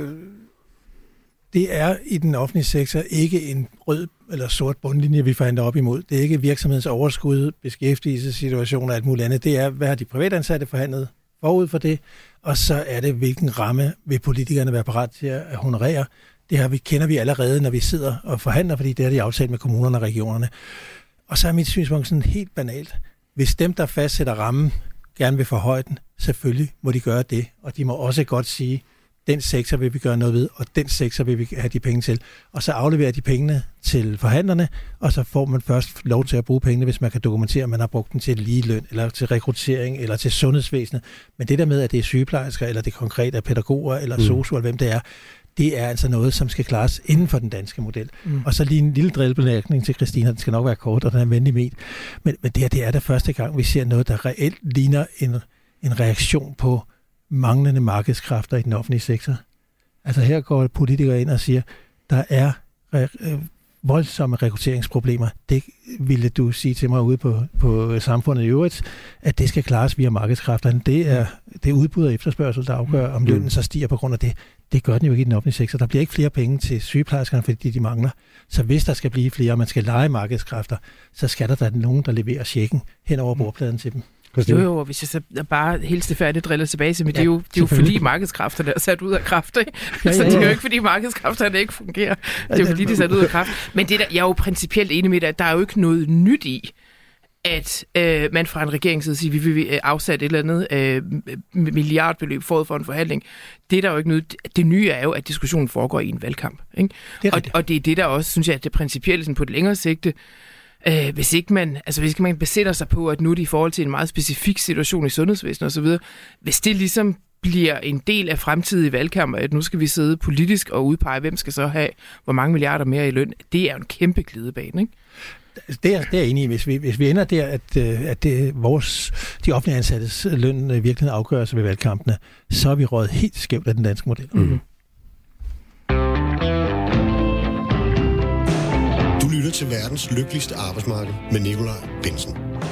det er i den offentlige sektor ikke en rød eller sort bundlinje, vi forhandler op imod. Det er ikke virksomhedens overskud, beskæftigelsessituationer og alt muligt andet. Det er, hvad har de privatansatte forhandlet forud for det, og så er det, hvilken ramme vil politikerne være parat til at honorere. Det kender vi allerede, når vi sidder og forhandler, fordi det er de aftalt med kommunerne og regionerne. Og så er mit synspunkt sådan helt banalt. Hvis dem, der fastsætter rammen, gerne vil forhøje den, selvfølgelig må de gøre det. Og de må også godt sige, den sektor vil vi gøre noget ved, og den sektor vil vi have de penge til. Og så afleverer de pengene til forhandlerne, og så får man først lov til at bruge pengene, hvis man kan dokumentere, at man har brugt dem til ligeløn, eller til rekruttering, eller til sundhedsvæsenet. Men det der med, at det er sygeplejersker, eller det konkret er pædagoger, eller sosu, eller hvem det er altså noget, som skal klares inden for den danske model. Og så lige en lille drillbemærkning til Christina, den skal nok være kort, og den er venlig ment. Men det er da første gang, vi ser noget, der reelt ligner en reaktion på manglende markedskræfter i den offentlige sektor. Altså her går politikere ind og siger, der er voldsomme rekrutteringsproblemer. Det ville du sige til mig ude på samfundet i øvrigt, at det skal klares via markedskræfterne. Det er udbud og efterspørgsel, der afgør, om lønnen så stiger på grund af det. Det gør den jo ikke i den offentlige sektor. Der bliver ikke flere penge til sygeplejerskerne, fordi de mangler. Så hvis der skal blive flere, og man skal lege markedskræfter, så skal der nogen, der leverer checken hen over bordpladen til dem. Jo, hvis jeg så bare helt stilfærdigt driller tilbage til, men det er jo fordi markedskræfterne er sat ud af kraft, ikke? Ja. Så det er jo ikke fordi markedskræfterne ikke fungerer. Det er jo fordi, de er sat ud af kraft. Men det der, jeg er jo principielt enig med dig, at der er jo ikke noget nyt i, at man fra en regering side siger, at vi vil afsætte et eller andet milliardbeløb forud for en forhandling. Det er der jo ikke noget. Det nye er jo, at diskussionen foregår i en valgkamp. Ikke? Og det er det, der også, synes jeg, at det principielle sådan på et længere sigte, hvis ikke man besætter sig på, at nu er det i forhold til en meget specifik situation i sundhedsvæsenet osv., hvis det ligesom bliver en del af fremtidige valgkamper, at nu skal vi sidde politisk og udpege, hvem skal så have hvor mange milliarder mere i løn, det er jo en kæmpe glidebane, ikke? Det er jeg enig i. Hvis vi ender der, at de offentlige ansattes løn virkelig afgøres ved valgkampene, så er vi røget helt skævt af den danske model. Mm-hmm. Du lytter til verdens lykkeligste arbejdsmarked med Nikolaj Bensen.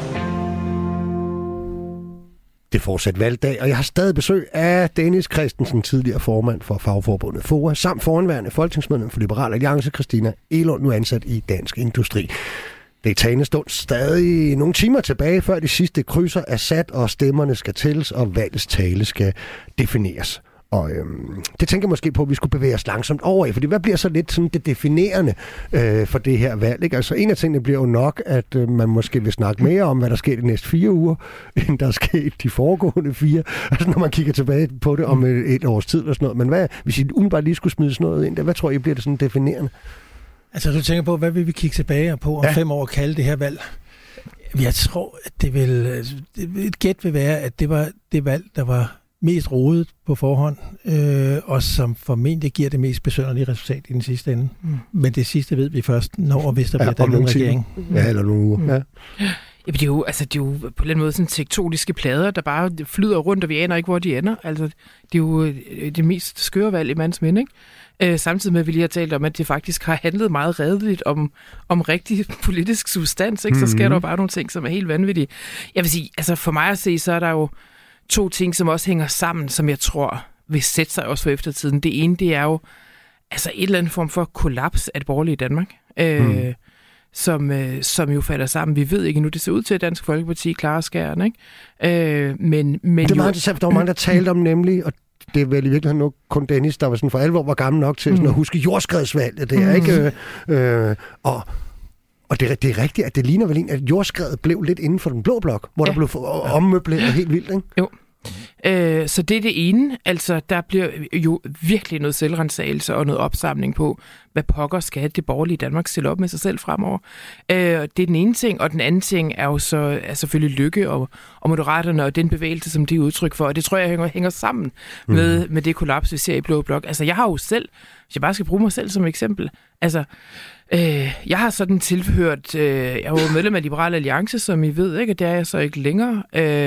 Det er fortsat valgdag, og jeg har stadig besøg af Dennis Christensen, tidligere formand for fagforbundet FOA, samt foranværende folketingsmedlem for Liberal Alliance, Christina Egelund, nu ansat i Dansk Industri. Det er talende stund stadig nogle timer tilbage, før de sidste krydser er sat, og stemmerne skal tælles, og valgets tale skal defineres. Og det tænker jeg måske på, at vi skulle bevæge os langsomt over i, fordi hvad bliver så lidt sådan det definerende for det her valg? Ikke? Altså en af tingene bliver jo nok, at man måske vil snakke mere om, hvad der sker de næste 4 uger, end der er sket de foregående 4. Altså når man kigger tilbage på det om et års tid eller sådan noget. Men hvad, hvis I umiddelbart lige skulle smide sådan noget ind, hvad tror I bliver det sådan definerende? Altså du tænker på, hvad vil vi kigge tilbage på om 5 år kalde det her valg? Jeg tror, at det vil... Et gæt vil være, at det var det valg, der var mest rodet på forhånd, og som formentlig giver det mest besynderlige resultat i den sidste ende. Mm. Men det sidste ved vi først, når og hvis der bliver dannet en regering. Ja, eller nogle uger. Ja. Ja, det er jo på den måde sådan tektoniske plader, der bare flyder rundt, og vi aner ikke, hvor de ender. Altså, det er jo det mest skøre valg i mands minde, ikke? Samtidig med, at vi lige har talt om, at det faktisk har handlet meget redeligt om rigtig politisk substans, ikke? Så sker der jo bare nogle ting, som er helt vanvittige. Jeg vil sige, altså for mig at se, så er der jo 2 ting, som også hænger sammen, som jeg tror vil sætte sig også for eftertiden. Det ene, det er jo altså et eller andet form for kollaps af det borgerlige Danmark, som jo falder sammen. Vi ved ikke nu, det ser ud til, at Dansk Folkeparti klarer skæren, ikke? Men det er meget interessant, der var mange, der talte om nemlig, og det er vel i virkeligheden nok kun Dennis, der var sådan for alvor var gammel nok til sådan at huske jordskredsvalget. Det er ikke... Og det er rigtigt, at det ligner vel at jordskredet blev lidt inden for den blå blok, hvor der blev ommøbleret helt vildt, ikke? Jo. Så det er det ene. Altså, der bliver jo virkelig noget selvrensagelse og noget opsamling på, hvad pokker skal det borgerlige Danmark stille op med sig selv fremover. Det er den ene ting, og den anden ting er jo så selvfølgelig Lykke og Moderaterne og den bevægelse, som de er udtryk for. Og det tror jeg hænger sammen med det kollaps, vi ser i blå blok. Altså, jeg har jo selv, hvis jeg bare skal bruge mig selv som eksempel, altså, jeg har sådan tilhørt, jeg var medlem af Liberal Alliance, som I ved, ikke, og det er jeg så ikke længere.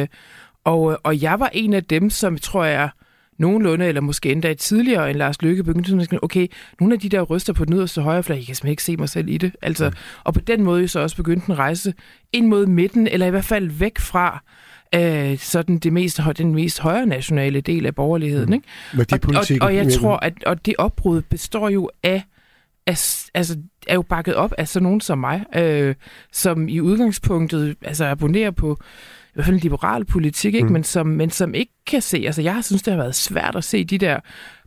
Og jeg var en af dem, som tror jeg nogenlunde, eller måske endda tidligere end Lars Løkke, begyndte sådan at okay, nogle af de der ryster på den yderste højrefløj, jeg kan simpelthen ikke se mig selv i det. Altså, og på den måde så også begyndte en rejse ind mod midten, eller i hvert fald væk fra sådan den mest højre nationale del af borgerligheden. Ikke? Og jeg tror, at det opbrud består jo af er jo bakket op af sådan nogen som mig, som i udgangspunktet abonnerer på i hvert fald en liberal politik, ikke? Men som ikke kan se. Altså, jeg synes, det har været svært at se de der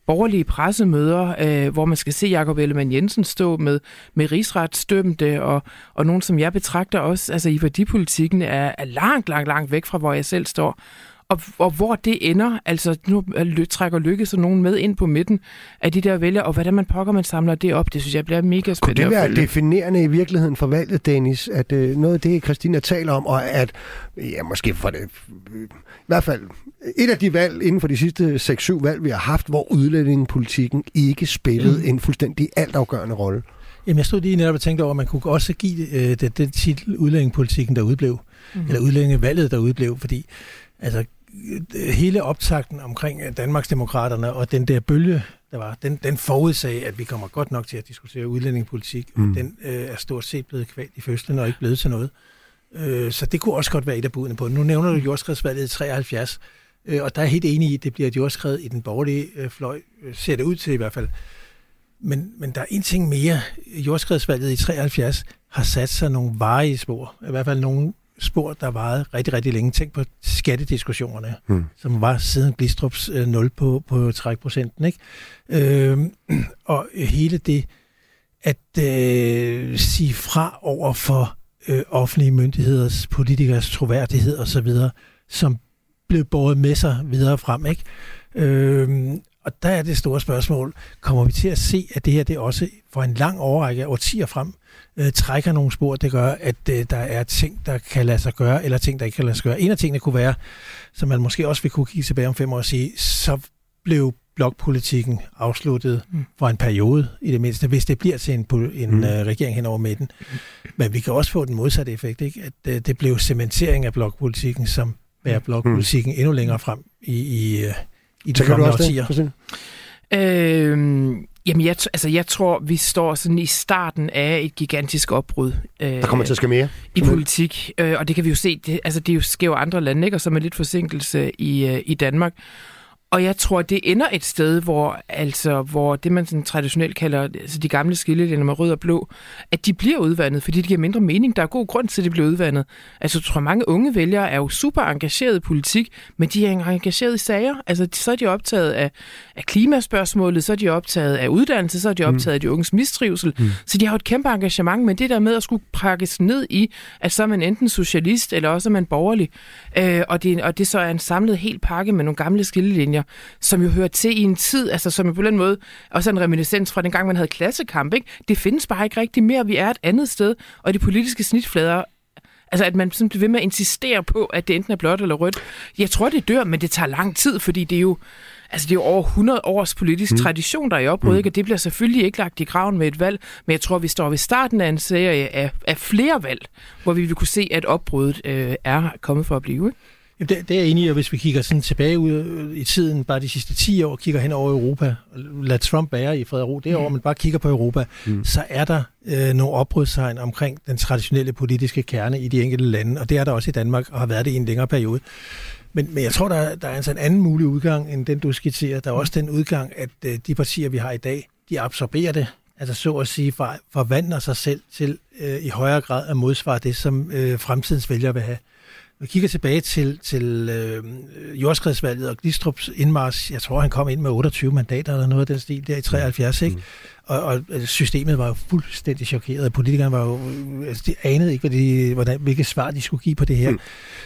borgerlige pressemøder, hvor man skal se Jakob Ellemann-Jensen stå med rigsretsdømte, og nogen, som jeg betragter også, altså i værdipolitikken, er langt væk fra, hvor jeg selv står. Og hvor det ender, altså nu trækker Lykke så nogen med ind på midten af de der vælgere, og hvordan man samler det op, det synes jeg bliver mega spændende. Kunne det være definerende i virkeligheden for valget, Dennis, at noget af det, Christina taler om, og at, ja, måske for det, i hvert fald et af de valg inden for de sidste 6-7 valg, vi har haft, hvor udlændingepolitikken ikke spillede en fuldstændig altafgørende rolle? Jamen, jeg stod lige netop og tænkte over, at man kunne også give den titel udlændingepolitikken, der udblev, eller udlændingevalget, der udblev, fordi altså hele optakten omkring Danmarksdemokraterne og den der bølge, der var, den forudsagde, at vi kommer godt nok til at diskutere udlændingepolitik. Den er stort set blevet kvalt i fødslen og ikke blevet til noget. Så det kunne også godt være et af budene på det. Nu nævner du jordskredsvalget i 73, og der er helt enig i, at det bliver et jordskred i den borgerlige fløj, ser det ud til i hvert fald. Men der er en ting mere. Jordskredsvalget i 73 har sat sig nogle varige spor. I hvert fald nogle spor, der varede rigtig, rigtig længe. Tænk på skattediskussionerne, som var siden Glistrups 0 på trækprocenten. Ikke? Og hele det at sige fra over for offentlige myndigheders, politikers troværdighed osv., som blev båret med sig videre frem. Ikke? Og der er det store spørgsmål, kommer vi til at se, at det her det også for en lang årrække, årtier frem, trækker nogle spor, det gør, at der er ting, der kan lade sig gøre, eller ting, der ikke kan lade sig gøre. En af tingene kunne være, som man måske også vil kunne kigge tilbage om 5 år og sige, så blev blokpolitikken afsluttet for en periode, i det mindste, hvis det bliver til en regering hen over midten. Men vi kan også få den modsatte effekt, ikke? At det blev cementering af blokpolitikken, som bærer blokpolitikken endnu længere frem i de kommende årtier. Jamen, jeg tror, vi står sådan i starten af et gigantisk opbrud. Der kommer til at ske mere. I politik, og det kan vi jo se. Det sker jo andre lande, ikke? Og så med lidt forsinkelse i Danmark. Og jeg tror, det ender et sted, hvor det, man sådan traditionelt kalder de gamle skillelinjer med rød og blå, at de bliver udvandet, fordi det giver mindre mening. Der er god grund til, at de bliver udvandet. Altså, jeg tror, mange unge vælgere er jo super engageret i politik, men de er engageret i sager. Altså, så er de optaget af klimaspørgsmålet, så er de optaget af uddannelse, så er de optaget af de unges mistrivsel. Så de har jo et kæmpe engagement, men det der med at skulle pakkes ned i, at så er man enten socialist, eller også er man borgerlig. Og det så er en samlet hel pakke med nogle gamle skillelinjer, som jo hører til i en tid, altså som jo på den måde også en reminiscens fra den gang, man havde klassekamp, ikke? Det findes bare ikke rigtig mere. Vi er et andet sted, og de politiske snitflader, altså at man sådan bliver ved med at insistere på, at det enten er blåt eller rødt. Jeg tror, det dør, men det tager lang tid, fordi det er jo over 100 års politisk tradition, der er i opbrud, ikke? Og det bliver selvfølgelig ikke lagt i graven med et valg, men jeg tror, vi står ved starten af en serie af flere valg, hvor vi vil kunne se, at opbruddet er kommet for at blive, ikke? Det er jeg enig i, og hvis vi kigger sådan tilbage ud i tiden, bare de sidste 10 år, kigger hen over Europa, og lader Trump være i fred og ro derovre, men bare kigger på Europa, så er der nogle opbrudstegn omkring den traditionelle politiske kerne i de enkelte lande, og det er der også i Danmark, og har været det i en længere periode. Men jeg tror, der er altså en anden mulig udgang, end den du skitserer. Der er også den udgang, at de partier, vi har i dag, de absorberer det, altså så at sige, forvandler sig selv til i højere grad at modsvare det, som fremtidens vælgere vil have. Vi kigger tilbage til jordskredsvalget og Glistrups indmarch. Jeg tror, han kom ind med 28 mandater eller noget af den stil der i 73, ikke? Og systemet var jo fuldstændig chokeret. Politikerne var jo, de anede ikke, hvilke svar de skulle give på det her.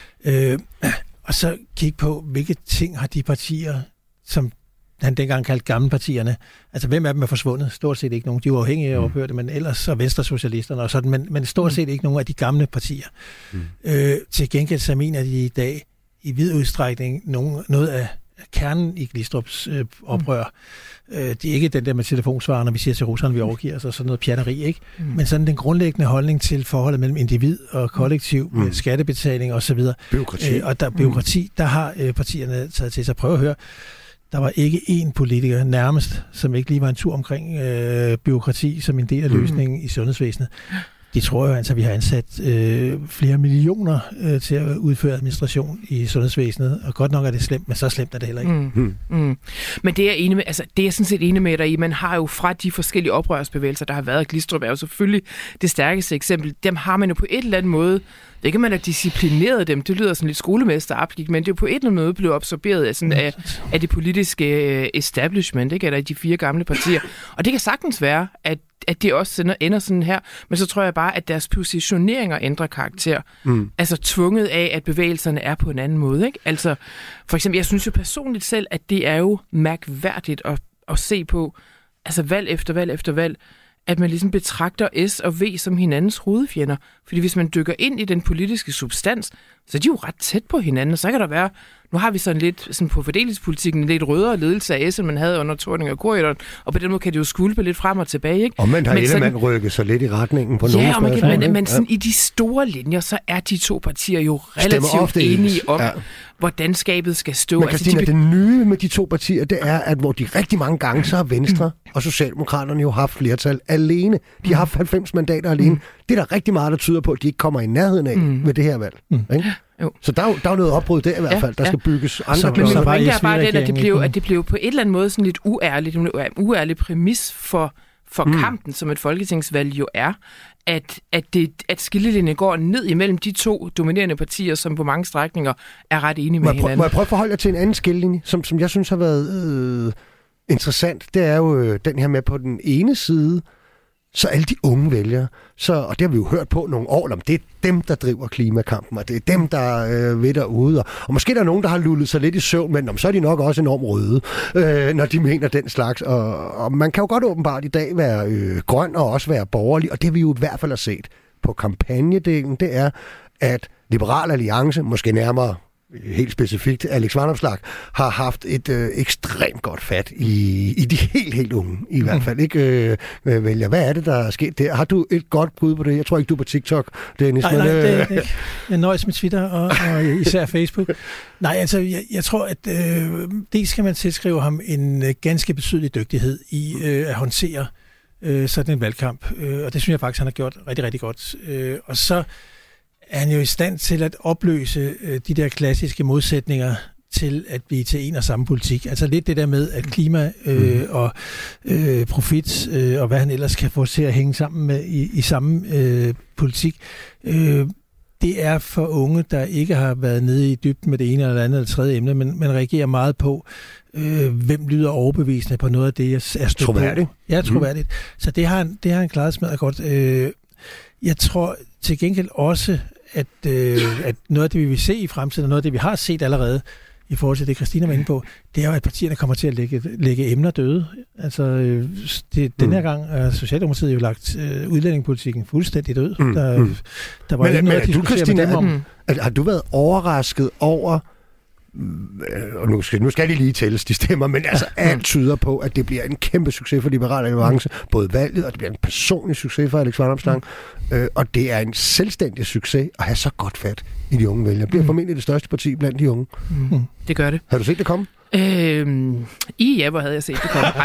Og så kigge på, hvilke ting har de partier, som han dengang kaldte gamle partierne. Altså, hvem af dem er forsvundet? Stort set ikke nogen. De var afhængige af ophørte, men ellers så venstresocialisterne og sådan, men stort set ikke nogen af de gamle partier. Til gengæld så mener de i dag i vid udstrækning noget af kernen i Glistrups oprør. Det er ikke den der med telefonsvarer, når vi siger til russerne, vi overgiver os, og sådan noget pjatteri, ikke? Men sådan den grundlæggende holdning til forholdet mellem individ og kollektiv, med skattebetaling osv. Bureaukrati. Og der bureaukrati, der har partierne taget til sig. Prøv at høre. Der var ikke én politiker nærmest, som ikke lige var en tur omkring bureaukrati som en del af løsningen i sundhedsvæsenet. De tror jo altså, at vi har ansat flere millioner til at udføre administration i sundhedsvæsenet, og godt nok er det slemt, men så slemt er det heller ikke. Men det er jeg enig med, altså det er jeg sådan set enig med dig i. Man har jo fra de forskellige oprørsbevægelser, der har været, Glistrup er jo selvfølgelig det stærkeste eksempel. Dem har man jo på et eller andet måde, det kan man have disciplineret dem, det lyder sådan lidt skolemesteragtigt, men det er jo på et eller andet måde blevet absorberet af det politiske establishment, ikke? Eller de 4 gamle partier. Og det kan sagtens være, at det også ender sådan her, men så tror jeg bare, at deres positioneringer ændrer karakter. Altså tvunget af, at bevægelserne er på en anden måde, ikke? Altså, for eksempel, jeg synes jo personligt selv, at det er jo mærkværdigt at se på, altså valg efter valg efter valg, at man ligesom betragter S og V som hinandens hovedfjender. Fordi hvis man dykker ind i den politiske substans, så er de jo ret tæt på hinanden, og så kan der være, nu har vi sådan lidt sådan på fordelingspolitikken en lidt rødere ledelse af S, end man havde under Thorning og Corydon, og på den måde kan det jo skulpe lidt frem og tilbage, ikke? Og man har Ellemann rykket så lidt i retningen på nogle spørgsmål. Men sådan i de store linjer, så er de to partier jo relativt enige om, hvordan skabet skal stå. Men Christina, det nye med de to partier, det er, at hvor de rigtig mange gange, så har Venstre og Socialdemokraterne jo haft flertal alene. De har haft 90 mandater alene. Det er der rigtig meget, der tyder på, at de ikke kommer i nærheden af med det her valg. Ikke? Jo. Så der er jo noget opbrud der i hvert fald. Der skal bygges andre klodser. Men min pointe er bare den, at det blev på et eller andet måde sådan lidt uærlig præmis for kampen, som et folketingsvalg jo er, at skillelinjen går ned imellem de to dominerende partier, som på mange strækninger er ret enige med hinanden. Må jeg prøve at forholde jer til en anden skillelinje, som jeg synes har været interessant? Det er jo den her med på den ene side, så alle de unge vælgere, og det har vi jo hørt på nogle år, om det er dem, der driver klimakampen, og det er dem, der ved derude. Og måske der er nogen, der har lullet sig lidt i søvn, men så er de nok også enormt røde, når de mener den slags. Og man kan jo godt åbenbart i dag være grøn og også være borgerlig, og det vi jo i hvert fald har set på kampagnedelen, det er, at Liberal Alliance, måske nærmere helt specifikt Alex Vanopslagh, har haft et ekstremt godt fat i de helt unge, i hvert fald. Ikke vælger. Hvad er det, der er sket der? Har du et godt bud på det? Jeg tror ikke, du er på TikTok, Dennis. Nej, det er ikke. Jeg nøjes med Twitter og især Facebook. Nej, altså, jeg tror, at dels skal man tilskrive ham en ganske betydelig dygtighed i at håndtere sådan en valgkamp. Og det synes jeg faktisk, han har gjort rigtig, rigtig godt. Og så er han jo i stand til at opløse de der klassiske modsætninger til at blive til en og samme politik. Altså lidt det der med, at klima og profit og hvad han ellers kan få til at hænge sammen med i samme politik, det er for unge, der ikke har været nede i dybden med det ene eller andet eller tredje emne, men reagerer meget på, hvem lyder overbevisende på noget af det, jeg er stødt på. Troværdigt. Ja, troværdigt. Så det har han klaret smadret godt. Jeg tror til gengæld også, at noget af det, vi vil se i fremtiden, og noget af det, vi har set allerede, i forhold til det, Christina var inde på, det er jo, at partierne kommer til at lægge emner døde. Altså, den her gang er Socialdemokratiet jo lagt udlændingepolitikken fuldstændig død. Der var men er du, Christina, har du været overrasket over, og nu skal de lige tælles, de stemmer, men altså alt tyder på, at det bliver en kæmpe succes for Liberal Alliance, både valget, og det bliver en personlig succes for Alex Vanopslagh, og det er en selvstændig succes at have så godt fat i de unge vælgere. Det bliver formentlig det største parti blandt de unge. Det gør det. Har du set det komme? Hvor havde jeg set det komme.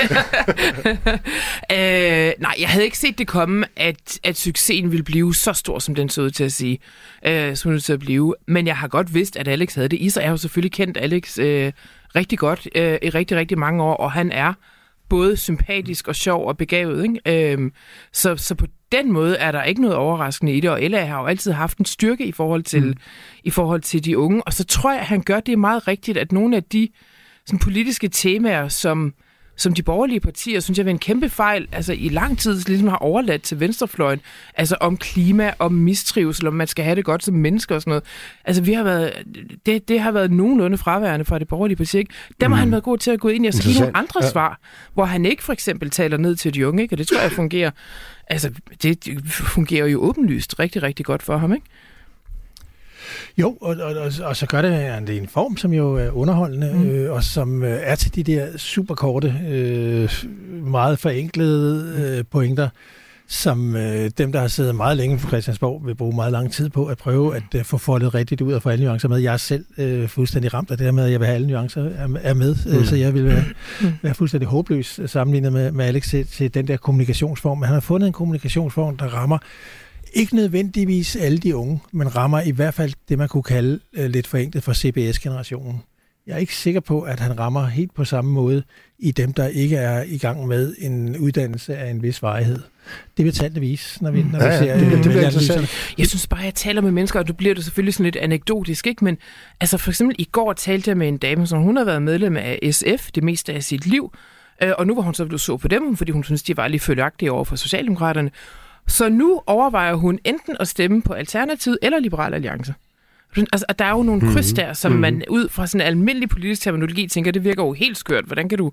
Nej, jeg havde ikke set det komme, at succesen ville blive så stor, som den så ud til at sige. Som den til at blive. Men jeg har godt vidst, at Alex havde det i sig. Jeg har jo selvfølgelig kendt Alex rigtig godt i rigtig, rigtig mange år, og han er både sympatisk og sjov og begavet. Ikke? Så på den måde er der ikke noget overraskende i det, og LA har jo altid haft en styrke i forhold til de unge, og så tror jeg, at han gør det meget rigtigt, at nogle af de sådan, politiske temaer, som de borgerlige partier, synes jeg, ved en kæmpe fejl, altså i lang tid ligesom har overladt til venstrefløjen, altså om klima, om mistrivsel, om man skal have det godt som mennesker og sådan noget. Altså det har været nogenlunde fraværende fra det borgerlige parti, ikke? Dem har han været god til at gå ind i og så give nogle andre svar, hvor han ikke for eksempel taler ned til de unge, ikke? Og det tror jeg fungerer. Altså, det fungerer jo åbenlyst rigtig, rigtig godt for ham, ikke? Jo, og så gør det en form, som jo er underholdende, og som er til de der superkorte, meget forenklede pointer, som dem, der har siddet meget længe på Christiansborg, vil bruge meget lang tid på at prøve at få foldet rigtigt ud og få alle nuancer med. Jeg er selv fuldstændig ramt af det der med, at jeg vil have alle nuancer er med, så jeg vil være fuldstændig håbløs sammenlignet med Alex til den der kommunikationsform. Men han har fundet en kommunikationsform, der rammer ikke nødvendigvis alle de unge, men rammer i hvert fald det, man kunne kalde lidt forenklet for CBS-generationen. Jeg er ikke sikker på, at han rammer helt på samme måde i dem, der ikke er i gang med en uddannelse af en vis varighed. Det vil tallene vise, når vi ser det bliver interessant. Jeg synes bare, at jeg taler med mennesker, og du bliver det selvfølgelig sådan lidt anekdotisk, ikke? Men altså for eksempel i går talte jeg med en dame, som hun har været medlem af SF det meste af sit liv, og nu var hun så på dem, fordi hun synes, de var lidt følgeagtige over for Socialdemokraterne. Så nu overvejer hun enten at stemme på Alternativet eller Liberal Alliance. Altså, der er jo nogle kryds der, som man ud fra sådan en almindelig politisk terminologi tænker, det virker jo helt skørt. Hvordan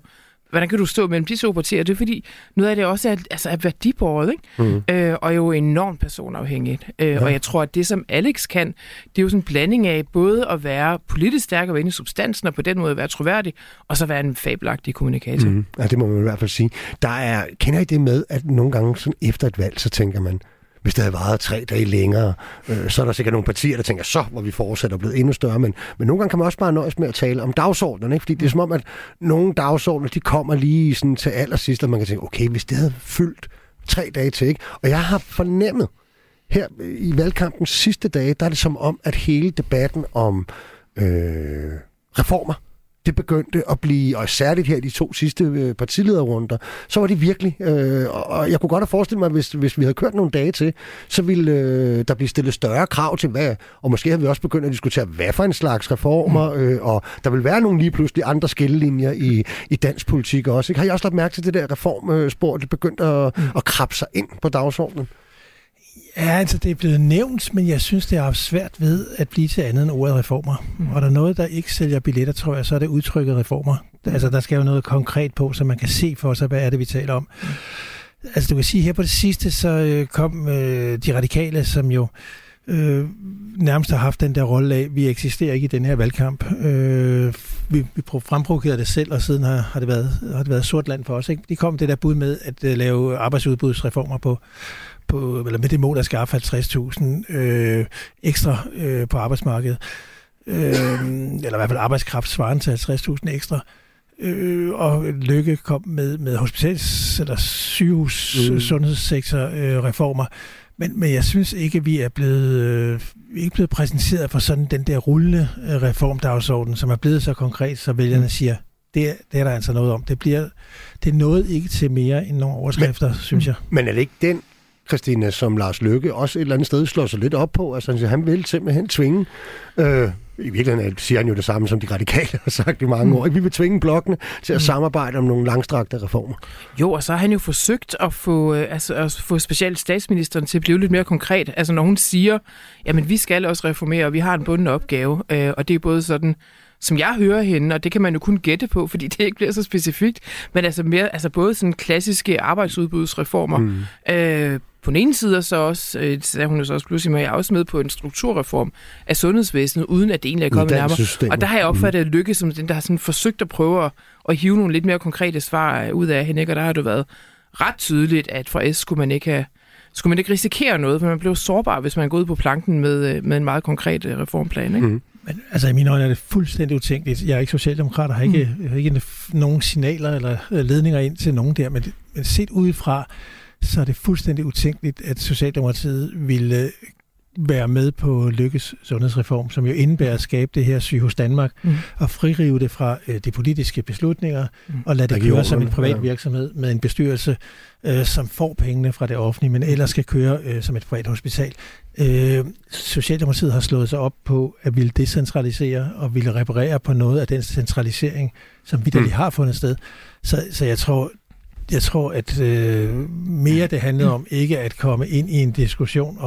hvordan kan du stå mellem de to partier? Det er fordi, noget af det også er værdibåret, ikke? Og jo enormt personafhængigt. Og jeg tror, at det, som Alex kan, det er jo sådan en blanding af både at være politisk stærk og være inde i substansen, og på den måde være troværdig, og så være en fabelagtig kommunikator. Ja, det må man i hvert fald sige. Kender I det med, at nogle gange sådan efter et valg, så tænker man, hvis det havde varet 3 dage længere, så er der sikkert nogle partier, der tænker, så hvor vi fortsætter og blevet endnu større. Men nogle gange kan man også bare nøjes med at tale om dagsordenen, ikke? Fordi det er som om, at nogle dagsordener, de kommer lige sådan til allersidst, og man kan tænke, okay, hvis det havde fyldt 3 dage til, ikke? Og jeg har fornemmet, her i valgkampens sidste dage, der er det som om, at hele debatten om reformer, det begyndte at blive, og særligt her i de 2 sidste partilederrunder, så var det virkelig, og jeg kunne godt have forestillet mig, hvis vi havde kørt nogle dage til, så ville der blive stillet større krav til hvad, og måske havde vi også begyndt at diskutere, hvad for en slags reformer, og der vil være nogle lige pludselig andre skillelinjer i dansk politik også. Ikke? Har I også lagt mærke til det der reformspor, det begyndte at krabbe sig ind på dagsordenen? Ja, altså det er blevet nævnt, men jeg synes, det er svært ved at blive til andet end ordet reformer. Og der er noget, der ikke sælger billetter, tror jeg, så er det udtrykket reformer. Altså der skal jo noget konkret på, så man kan se for sig, hvad er det, vi taler om. Altså du kan sige, her på det sidste, så kom de radikale, som jo nærmest har haft den der rolle af, vi eksisterer ikke i den her valgkamp. Vi fremprovokerede det selv, og siden har det været sort land for os. Ikke? De kom det der bud med at lave arbejdsudbudsreformer eller med det mål at skaffe 50.000 ekstra på arbejdsmarkedet. Eller i hvert fald arbejdskraft svarende til 50.000 ekstra. Og Løkke kom med hospitals- eller sundhedssektor-reformer. Men jeg synes ikke, vi er blevet præsenteret for sådan den der rullende reformdagsorden, som er blevet så konkret, så vælgerne siger, det er der altså noget om. Det nåede ikke til mere end nogle overskrifter, synes jeg. Men er det ikke den, Christine, som Lars Løkke også et eller andet sted slår sig lidt op på? Altså han vil simpelthen tvinge... I virkeligheden siger han jo det samme, som de radikale har sagt i mange år. Vi vil tvinge blokkene til at samarbejde om nogle langstrakte reformer. Jo, og så har han jo forsøgt at få specielt statsministeren til at blive lidt mere konkret. Altså når hun siger, jamen vi skal også reformere, og vi har en bunden opgave. Og det er både sådan, som jeg hører hende, og det kan man jo kun gætte på, fordi det ikke bliver så specifikt, men både sådan klassiske arbejdsudbudsreformer. På den ene side, så også, sagde hun jo så også pludselig, at jeg er også med på en strukturreform af sundhedsvæsenet, uden at det egentlig er kommet nærmere. Og der har jeg opfattet Løkke som den, der har sådan forsøgt at prøve at hive nogle lidt mere konkrete svar ud af hende, og der har det været ret tydeligt, at fra S skulle man ikke risikere noget, for man blev sårbar, hvis man går ud på planken med en meget konkret reformplan, ikke? Men altså i mine øjne er det fuldstændig utænkeligt. Jeg er ikke socialdemokrat, og har ikke nogen signaler eller ledninger ind til nogen der, men set udefra, så er det fuldstændig utænkeligt, at Socialdemokratiet ville være med på Løkkes sundhedsreform, som jo indebærer at skabe det her Sygehus Danmark og fririve det fra de politiske beslutninger og lade det køre som en privat virksomhed med en bestyrelse, som får pengene fra det offentlige, men ellers skal køre som et privat hospital. Socialdemokratiet har slået sig op på at ville decentralisere og ville reparere på noget af den centralisering, som vitterligt har fundet sted. Så jeg tror, at mere det handlede om ikke at komme ind i en diskussion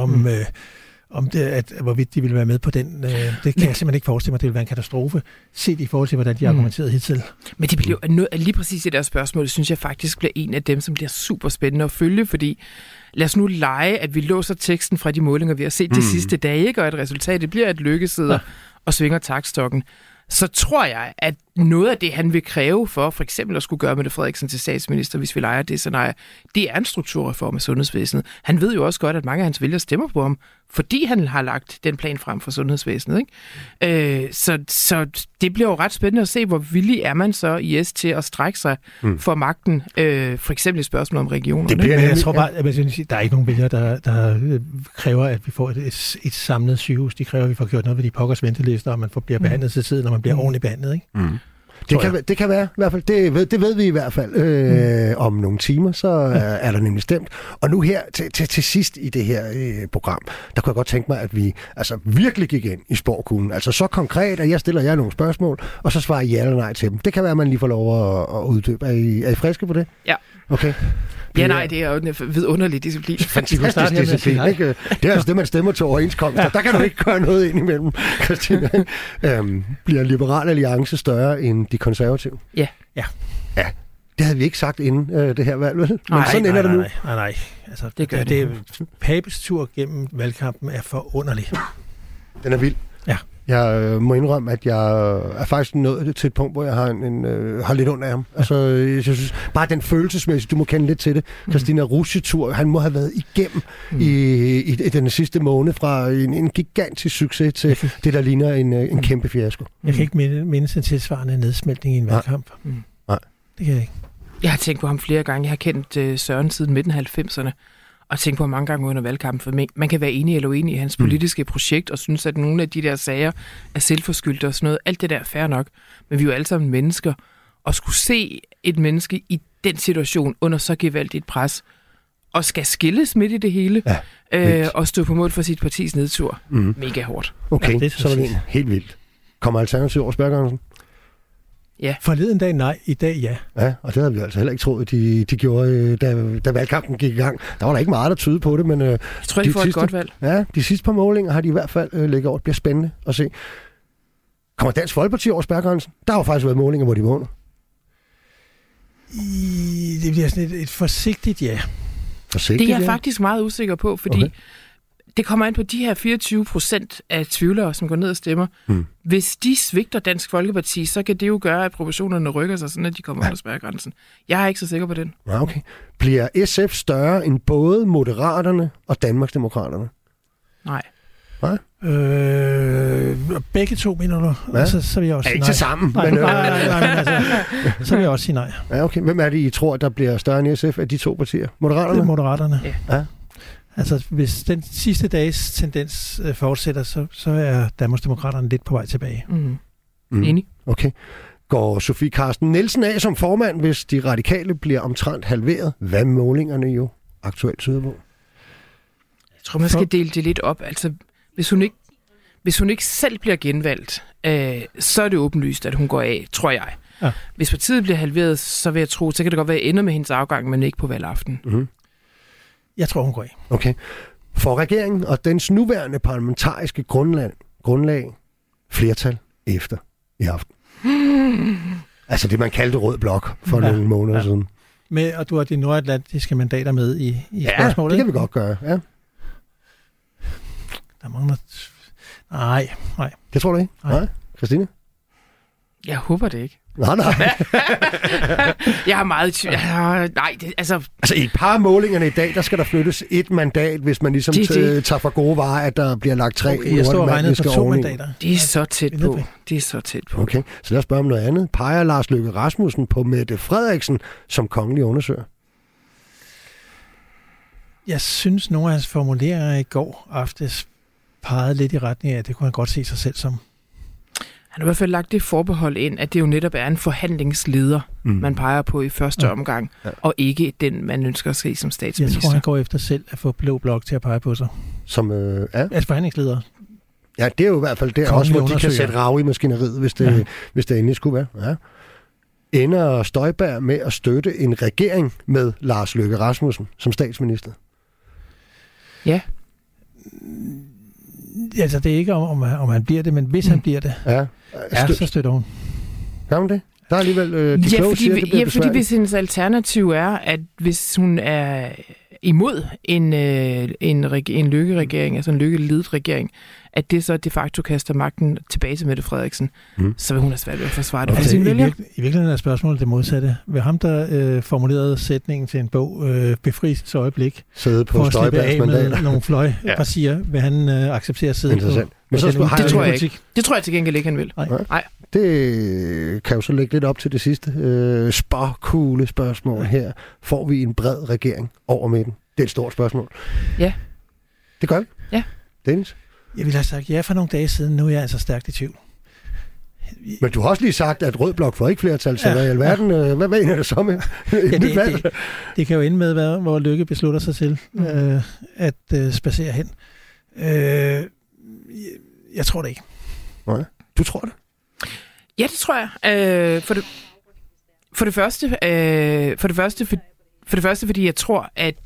om det, hvorvidt de ville være med på den. Det kan jeg simpelthen ikke forestille mig, det ville være en katastrofe, set i forhold til, hvordan de argumenterede hidtil. Men det bliver jo lige præcis det der spørgsmål, synes jeg faktisk bliver en af dem, som bliver super spændende at følge, fordi lad os nu lege, at vi låser teksten fra de målinger, vi har set de sidste dage, ikke? Og at resultatet bliver, at Løkke sidder og svinger taktstokken. Så tror jeg, at noget af det, han vil kræve for eksempel at skulle gøre Mette Frederiksen til statsminister, hvis vi leger det scenarie, det er en strukturreform af sundhedsvæsenet. Han ved jo også godt, at mange af hans vælgere stemmer på ham, fordi han har lagt den plan frem for sundhedsvæsenet, ikke? Så det bliver jo ret spændende at se, hvor villig er man så i S til at strække sig for magten, for eksempel i spørgsmål om regionerne. Jeg tror bare, at der er ikke nogen vælgere, der kræver, at vi får et samlet sygehus. De kræver, at vi får gjort noget ved de pokkers ventelister, og man bliver behandlet til tiden, når man bliver ordentligt behandlet, ikke? Det kan være, i hvert fald. Det ved vi i hvert fald. Om nogle timer, så er der nemlig stemt. Og nu her, til sidst i det her program, der kunne jeg godt tænke mig, at vi virkelig gik ind i sporkuglen. Altså så konkret, at jeg stiller jer nogle spørgsmål, og så svarer I ja eller nej til dem. Det kan være, at man lige får lov at uddybe. Er I friske på det? Ja. Okay. Ja, nej, det er jo en vidunderlig disciplin. Fantastisk disciplin, ikke? Det er altså det, man stemmer til overenskomster. Der kan du ikke gøre noget ind imellem, Christine. Bliver Liberal Alliance større end de konservative? Ja. Det havde vi ikke sagt inden det her valg, vel? Men sådan ender det nu. Nej. Altså, det gør det. Papes tur gennem valgkampen er forunderlig. Den er vild. Ja. Jeg må indrømme, at jeg er faktisk nået til et punkt, hvor jeg har lidt ondt af ham. Altså, jeg synes, bare den følelsesmæssige, du må kende lidt til det. Christina Rusche-tur, han må have været igennem i den sidste måned fra en gigantisk succes til det, der ligner en kæmpe fiasko. Jeg kan ikke mindes en tilsvarende nedsmeltning i en valgkamp. Nej. Det kan jeg ikke. Jeg har tænkt på ham flere gange. Jeg har kendt Søren siden midten af 90'erne. Og tænkt på mange gange under valgkampen, for man kan være enig eller uenig i hans politiske projekt, og synes, at nogle af de der sager er selvforskyldte og sådan noget. Alt det der er fair nok. Men vi er jo alle sammen mennesker, og skulle se et menneske i den situation under så gevaldigt pres, og skal skilles midt i det hele, og stå på mål for sit partis nedtur. Mega hårdt. Okay, så er det helt vildt. Kommer Alternativet over spærregrænsen? Ja. Forleden dag nej, i dag ja. Ja, og det havde vi altså heller ikke troet, de gjorde, da valgkampen gik i gang. Der var der ikke meget, der tyde på det, men jeg tror, de får et godt valg. Ja, de sidste par målinger har de i hvert fald lægget over. Det bliver spændende at se. Kommer Dansk Folkeparti over spærregrænsen? Der har jo faktisk været målinger, hvor de vågner. Det bliver sådan et forsigtigt ja. Forsigtigt, det er jeg faktisk meget usikker på, fordi det kommer ind på de her 24% af tvivlere, som går ned og stemmer. Hvis de svigter Dansk Folkeparti, så kan det jo gøre, at proportionerne rykker sig, sådan at de kommer under spærregrænsen. Jeg er ikke så sikker på den. Ja, okay. Bliver SF større end både Moderaterne og Danmarksdemokraterne? Nej. Begge to, mener du? Ja. Så vil jeg også sige nej. Ikke til sammen. Nej, men altså, så vil jeg også sige nej. Ja, okay. Hvem er det, I tror, der bliver større end SF af de to partier? Moderaterne? Det er Moderaterne. Ja. Altså, hvis den sidste dages tendens fortsætter, så er Danmarksdemokraterne lidt på vej tilbage. Enig. Okay. Går Sofie Carsten Nielsen af som formand, hvis de radikale bliver omtrent halveret? Hvad målingerne jo aktuelt tyder på? Jeg tror, man skal dele det lidt op. Altså, hvis hun ikke selv bliver genvalgt, så er det åbenlyst, at hun går af, tror jeg. Ja. Hvis partiet bliver halveret, så vil jeg tro, så kan det godt være, at ender med hendes afgang, men ikke på valgaften. Jeg tror, hun går af. Okay. For regeringen og dens nuværende parlamentariske grundlag flertal efter i aften. Altså det, man kaldte rød blok for nogle måneder siden. Og du har de nordatlantiske mandater med i spørgsmålet? Ja, det kan vi godt gøre, ja. Der mangler... Nej. Det tror du ikke? Nej. Christine? Jeg håber det ikke. Nej. Jeg har meget... Nej, altså i et par målingerne i dag, der skal der flyttes et mandat, hvis man ligesom tager for gode varer, at der bliver lagt 3 jeg står og regnet på 2 mandater. Det er så tæt på. Det er så tæt på. Okay, så lad os spørge om noget andet. Peger Lars Løkke Rasmussen på Mette Frederiksen som kongelig undersøger? Jeg synes, nogle af hans formuleringer i går aftes pegede lidt i retning af, at det kunne han godt se sig selv som. Han har i hvert fald lagt det forbehold ind, at det jo netop er en forhandlingsleder, man peger på i første omgang, og ikke den, man ønsker at se som statsminister. Jeg tror, han går efter selv at få Blå Blok til at pege på sig. Som altså forhandlingsleder. Ja, det er jo i hvert fald der også, hvor de kan sætte rav i maskineriet, hvis det endelig skulle være. Ja. Ender Støjberg med at støtte en regering med Lars Løkke Rasmussen som statsminister? Ja. Altså, det er ikke om han bliver det, men hvis han bliver det, så støtter hun. Gør hun det? Der er alligevel de kloge siger, det bliver fordi hvis hendes alternativ er, at hvis hun er imod en Løkke-regering, altså en Løkke-ledet regering, at det så de facto kaster magten tilbage til Mette Frederiksen, så vil hun have svært ved at forsvare det for sin vælger. I virkeligheden er spørgsmålet det modsatte. Ved ham, der formulerede sætningen til en bog, Befrielsens øjeblik, sidde på for at slippe af mandater med nogle fløjpartier, vil han acceptere at sidde på. Men så det tror jeg ikke. Det tror jeg til gengæld ikke, han vil. Nej. Det kan jo så lægge lidt op til det sidste spåkugle spørgsmål her. Får vi en bred regering over midten? Det er et stort spørgsmål. Ja. Det gør vi. Ja. Dennis? Jeg ville have sagt ja for nogle dage siden. Nu er jeg altså stærkt i tvivl. Men du har også lige sagt, at Rød Blok får ikke flertal, så hvad i alverden, hvad mener det så med? Det kan jo ende med, hvor Løkke beslutter sig til at spacere hen. Jeg tror det ikke. Nej. Du tror det? Ja, det tror jeg. For det første, fordi jeg tror,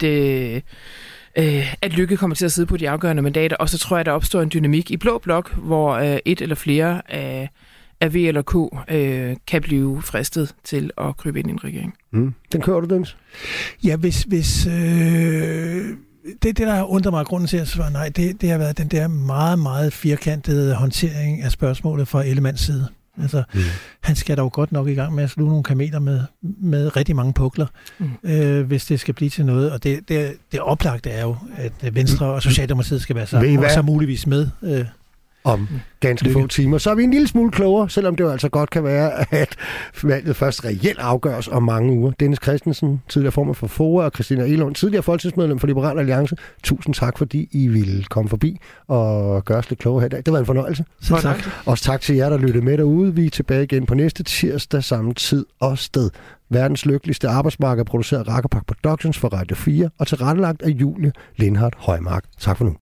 at Løkke kommer til at sidde på de afgørende mandater, og så tror jeg, at der opstår en dynamik i Blå Blok, hvor et eller flere af at V eller K kan blive fristet til at krybe ind i en regering. Den kører du, Dennis? Ja, hvis det, der har undret mig, grunden til at svare nej, det har været den der meget, meget firkantede håndtering af spørgsmålet fra Ellemanns side. Altså, han skal dog godt nok i gang med at sluge nogle kameler med rigtig mange pukler, hvis det skal blive til noget. Og det oplagte er jo, at Venstre og Socialdemokratiet skal være sammen, og så muligvis med om ganske få timer. Så er vi en lille smule klogere, selvom det jo altså godt kan være, at valget først reelt afgøres om mange uger. Dennis Christensen, tidligere formand for FOA, og Christina Egelund, tidligere folketingsmedlem for Liberal Alliance. Tusind tak, fordi I ville komme forbi og gøre os lidt klogere her i dag. Det var en fornøjelse. Så tak. Også tak til jer, der lyttede med derude. Vi er tilbage igen på næste tirsdag, samme tid og sted. Verdens lykkeligste arbejdsmarked produceret Rakkerpak Productions for Radio 4 og tilrettelagt af Julie Lindhardt Højmark. Tak for nu.